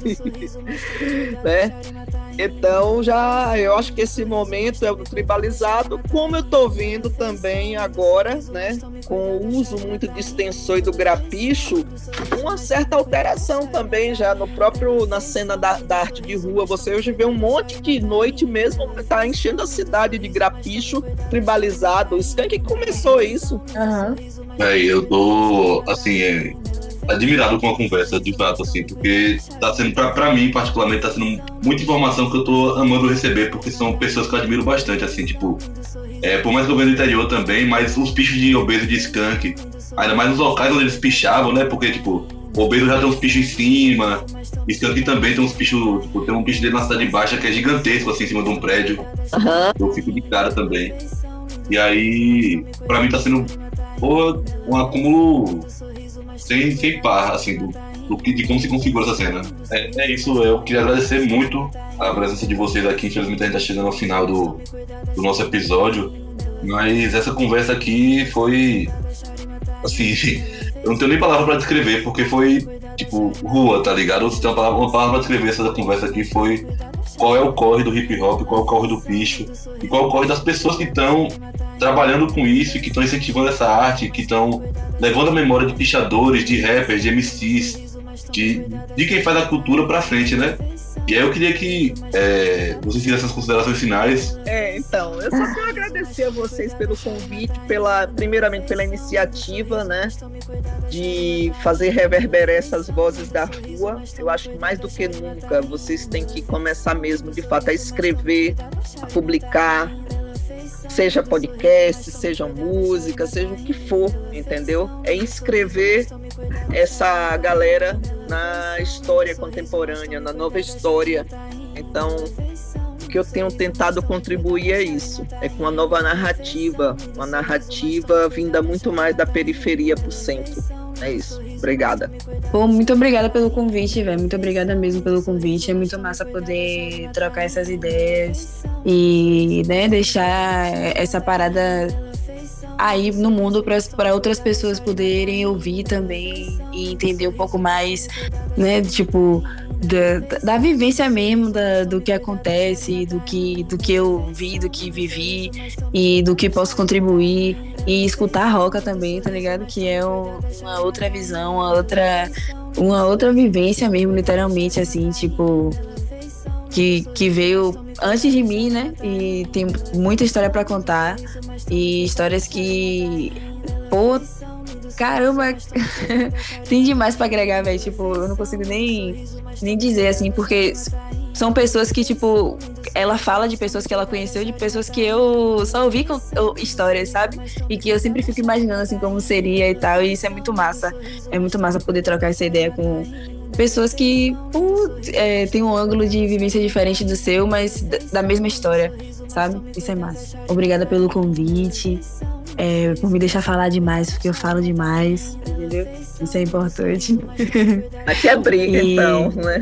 né? Então já eu acho que esse momento é o tribalizado, como eu tô vendo também agora, né? Com o uso muito de extensor e do grapicho, uma certa alteração também já no próprio, na cena da, da arte de rua. Você hoje vê um monte de noite mesmo, tá enchendo a cidade de grapicho tribalizado. O Skank começou isso. Aham. É, eu tô, assim, é, admirado com a conversa, de fato, assim, porque tá sendo, pra, pra mim, particularmente, tá sendo muita informação que eu tô amando receber, porque são pessoas que eu admiro bastante, assim, tipo, é, por mais que eu venha do interior também, mas os pichos de obeso de Skank, ainda mais nos locais onde eles pichavam, né, porque, tipo, o obeso já tem uns pichos em cima, Skank também tem uns pichos, tipo, tem um picho dele na cidade baixa que é gigantesco, assim, em cima de um prédio, Uhum. eu fico de cara também. E aí, pra mim tá sendo porra, um acúmulo sem, sem par, assim, do, do, que- de como se configura essa cena. É, é isso, eu queria agradecer muito a presença de vocês aqui. Infelizmente a gente tá chegando ao final do, do nosso episódio, mas essa conversa aqui foi, assim, eu não tenho nem palavra pra descrever, porque foi, tipo, rua, tá ligado? Se tem uma palavra, uma palavra pra descrever essa conversa aqui foi qual é o corre do hip hop, qual é o corre do picho, e qual é o corre das pessoas que estão trabalhando com isso, que estão incentivando essa arte, que estão levando a memória de pichadores, de rappers, de M Cs, de, de quem faz a cultura pra frente, né? E aí eu queria que é, vocês fizessem as considerações finais. É, então, eu só quero agradecer a vocês pelo convite, pela, primeiramente pela iniciativa, né, de fazer reverberar essas vozes da rua. Eu acho que mais do que nunca vocês têm que começar mesmo, de fato, a escrever, a publicar, seja podcast, seja música, seja o que for, entendeu? É inscrever essa galera na história contemporânea, na nova história. Então, o que eu tenho tentado contribuir é isso, é com uma nova narrativa, uma narrativa vinda muito mais da periferia para o centro. É isso. Obrigada. Pô, muito obrigada pelo convite, velho. Muito obrigada mesmo pelo convite. É muito massa poder trocar essas ideias e, né, deixar essa parada aí no mundo para outras pessoas poderem ouvir também e entender um pouco mais, né, tipo, da, da vivência mesmo, da, do que acontece, do que, do que eu vi, do que vivi e do que posso contribuir. E escutar a Roca também, tá ligado? Que é um, uma outra visão, uma outra, uma outra vivência mesmo, literalmente, assim, tipo, que, que veio antes de mim, né? E tem muita história pra contar. E histórias que, pô, caramba, tem demais pra agregar, velho. Tipo, eu não consigo nem, nem dizer, assim, porque são pessoas que, tipo, ela fala de pessoas que ela conheceu, de pessoas que eu só ouvi com, eu, histórias, sabe? E que eu sempre fico imaginando, assim, como seria e tal. E isso é muito massa. É muito massa poder trocar essa ideia com pessoas que, pô, é, tem um ângulo de vivência diferente do seu, mas da mesma história, sabe? Isso é massa. Obrigada pelo convite. É, por me deixar falar demais, porque eu falo demais, entendeu? Isso é importante. Aqui é briga, E- então, né?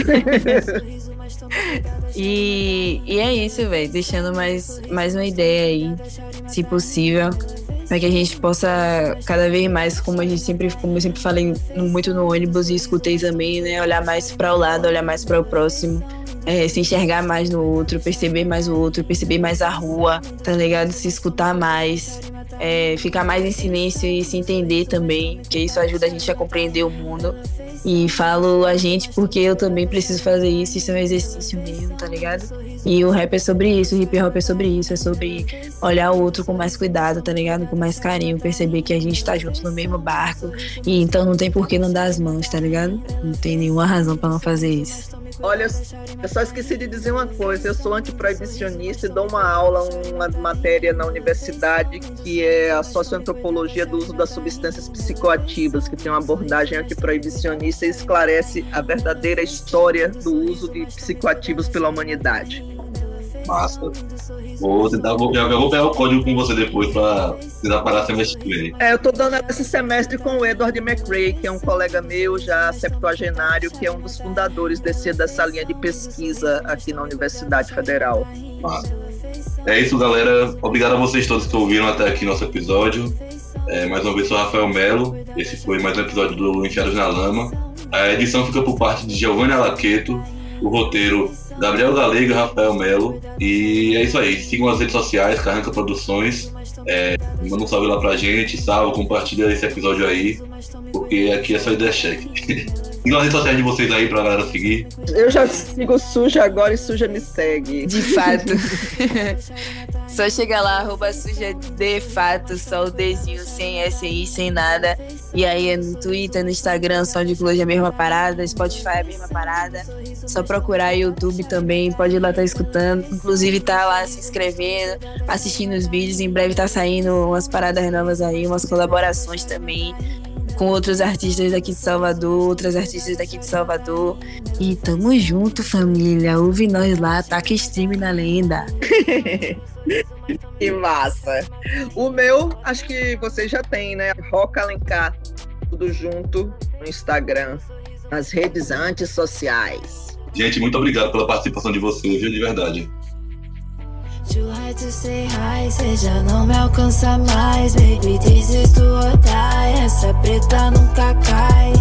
E, e é isso, velho. Deixando mais, mais uma ideia aí, se possível, para que a gente possa cada vez mais, como a gente sempre, como eu sempre falei no- muito no ônibus e escutei também, né? Olhar mais para o lado, olhar mais para o próximo. É, se enxergar mais no outro, perceber mais o outro, perceber mais a rua, tá ligado? Se escutar mais, é, ficar mais em silêncio e se entender também, porque isso ajuda a gente a compreender o mundo. E falo a gente porque eu também preciso fazer isso, isso é um exercício mesmo, tá ligado? E o rap é sobre isso, o hip hop é sobre isso, é sobre olhar o outro com mais cuidado, tá ligado? Com mais carinho, perceber que a gente tá junto no mesmo barco e então não tem por que não dar as mãos, tá ligado? Não tem nenhuma razão pra não fazer isso. Olha, eu só esqueci de dizer uma coisa. Eu sou antiproibicionista e dou uma aula, uma matéria na universidade que é a socioantropologia do uso das substâncias psicoativas, que tem uma abordagem antiproibicionista e esclarece a verdadeira história do uso de psicoativos pela humanidade. Massa. Vou tentar, vou, eu vou pegar o código com você depois pra tentar parar semestre que vem. É, eu tô dando esse semestre com o Edward McRae, que é um colega meu, já septuagenário, que é um dos fundadores desse, dessa linha de pesquisa aqui na Universidade Federal. Massa. É isso, galera. Obrigado a vocês todos que ouviram até aqui nosso episódio. É, mais uma vez, sou Rafael Melo. Esse foi mais um episódio do Enfiados na Lama. A edição fica por parte de Giovanni Alaqueto. O roteiro, Gabriel Galego e Rafael Melo. E é isso aí. Sigam as redes sociais, Carranca Produções. É, manda um salve lá pra gente, salve, compartilha esse episódio aí, porque aqui é só ideia cheque. Sigam as redes sociais de vocês aí pra galera seguir. Eu já sigo Suja agora e Suja me segue. De fato. Só chega lá, arroba suja de fato, só o Dzinho, sem S I, sem nada. E aí é no Twitter, no Instagram, só de Close a mesma parada, Spotify a mesma parada. Só procurar YouTube também, pode ir lá estar tá escutando. Inclusive tá lá se inscrevendo, assistindo os vídeos. Em breve tá saindo umas paradas novas aí, umas colaborações também com outros artistas daqui de Salvador, outras artistas daqui de Salvador. E tamo junto, família. Ouve nós lá, taca stream na lenda. Que massa. O meu, acho que vocês já têm, né? Roca Alencar, tudo junto no Instagram, nas redes antissociais. Gente, muito obrigado pela participação de vocês, viu? De verdade. Too hard to say hi, cê já não me alcança mais. Baby, desisto or die. Essa preta nunca cai.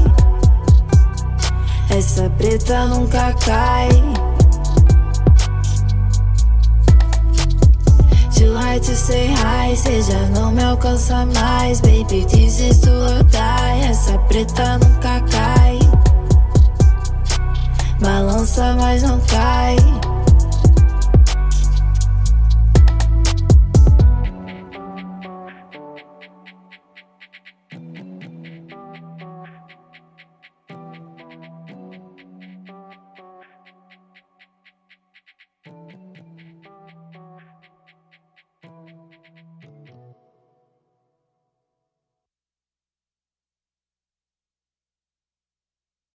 Essa preta nunca cai. Too hard to say hi, cê já não me alcança mais. Baby, desisto or die. Essa preta nunca cai. Balança, mas não cai.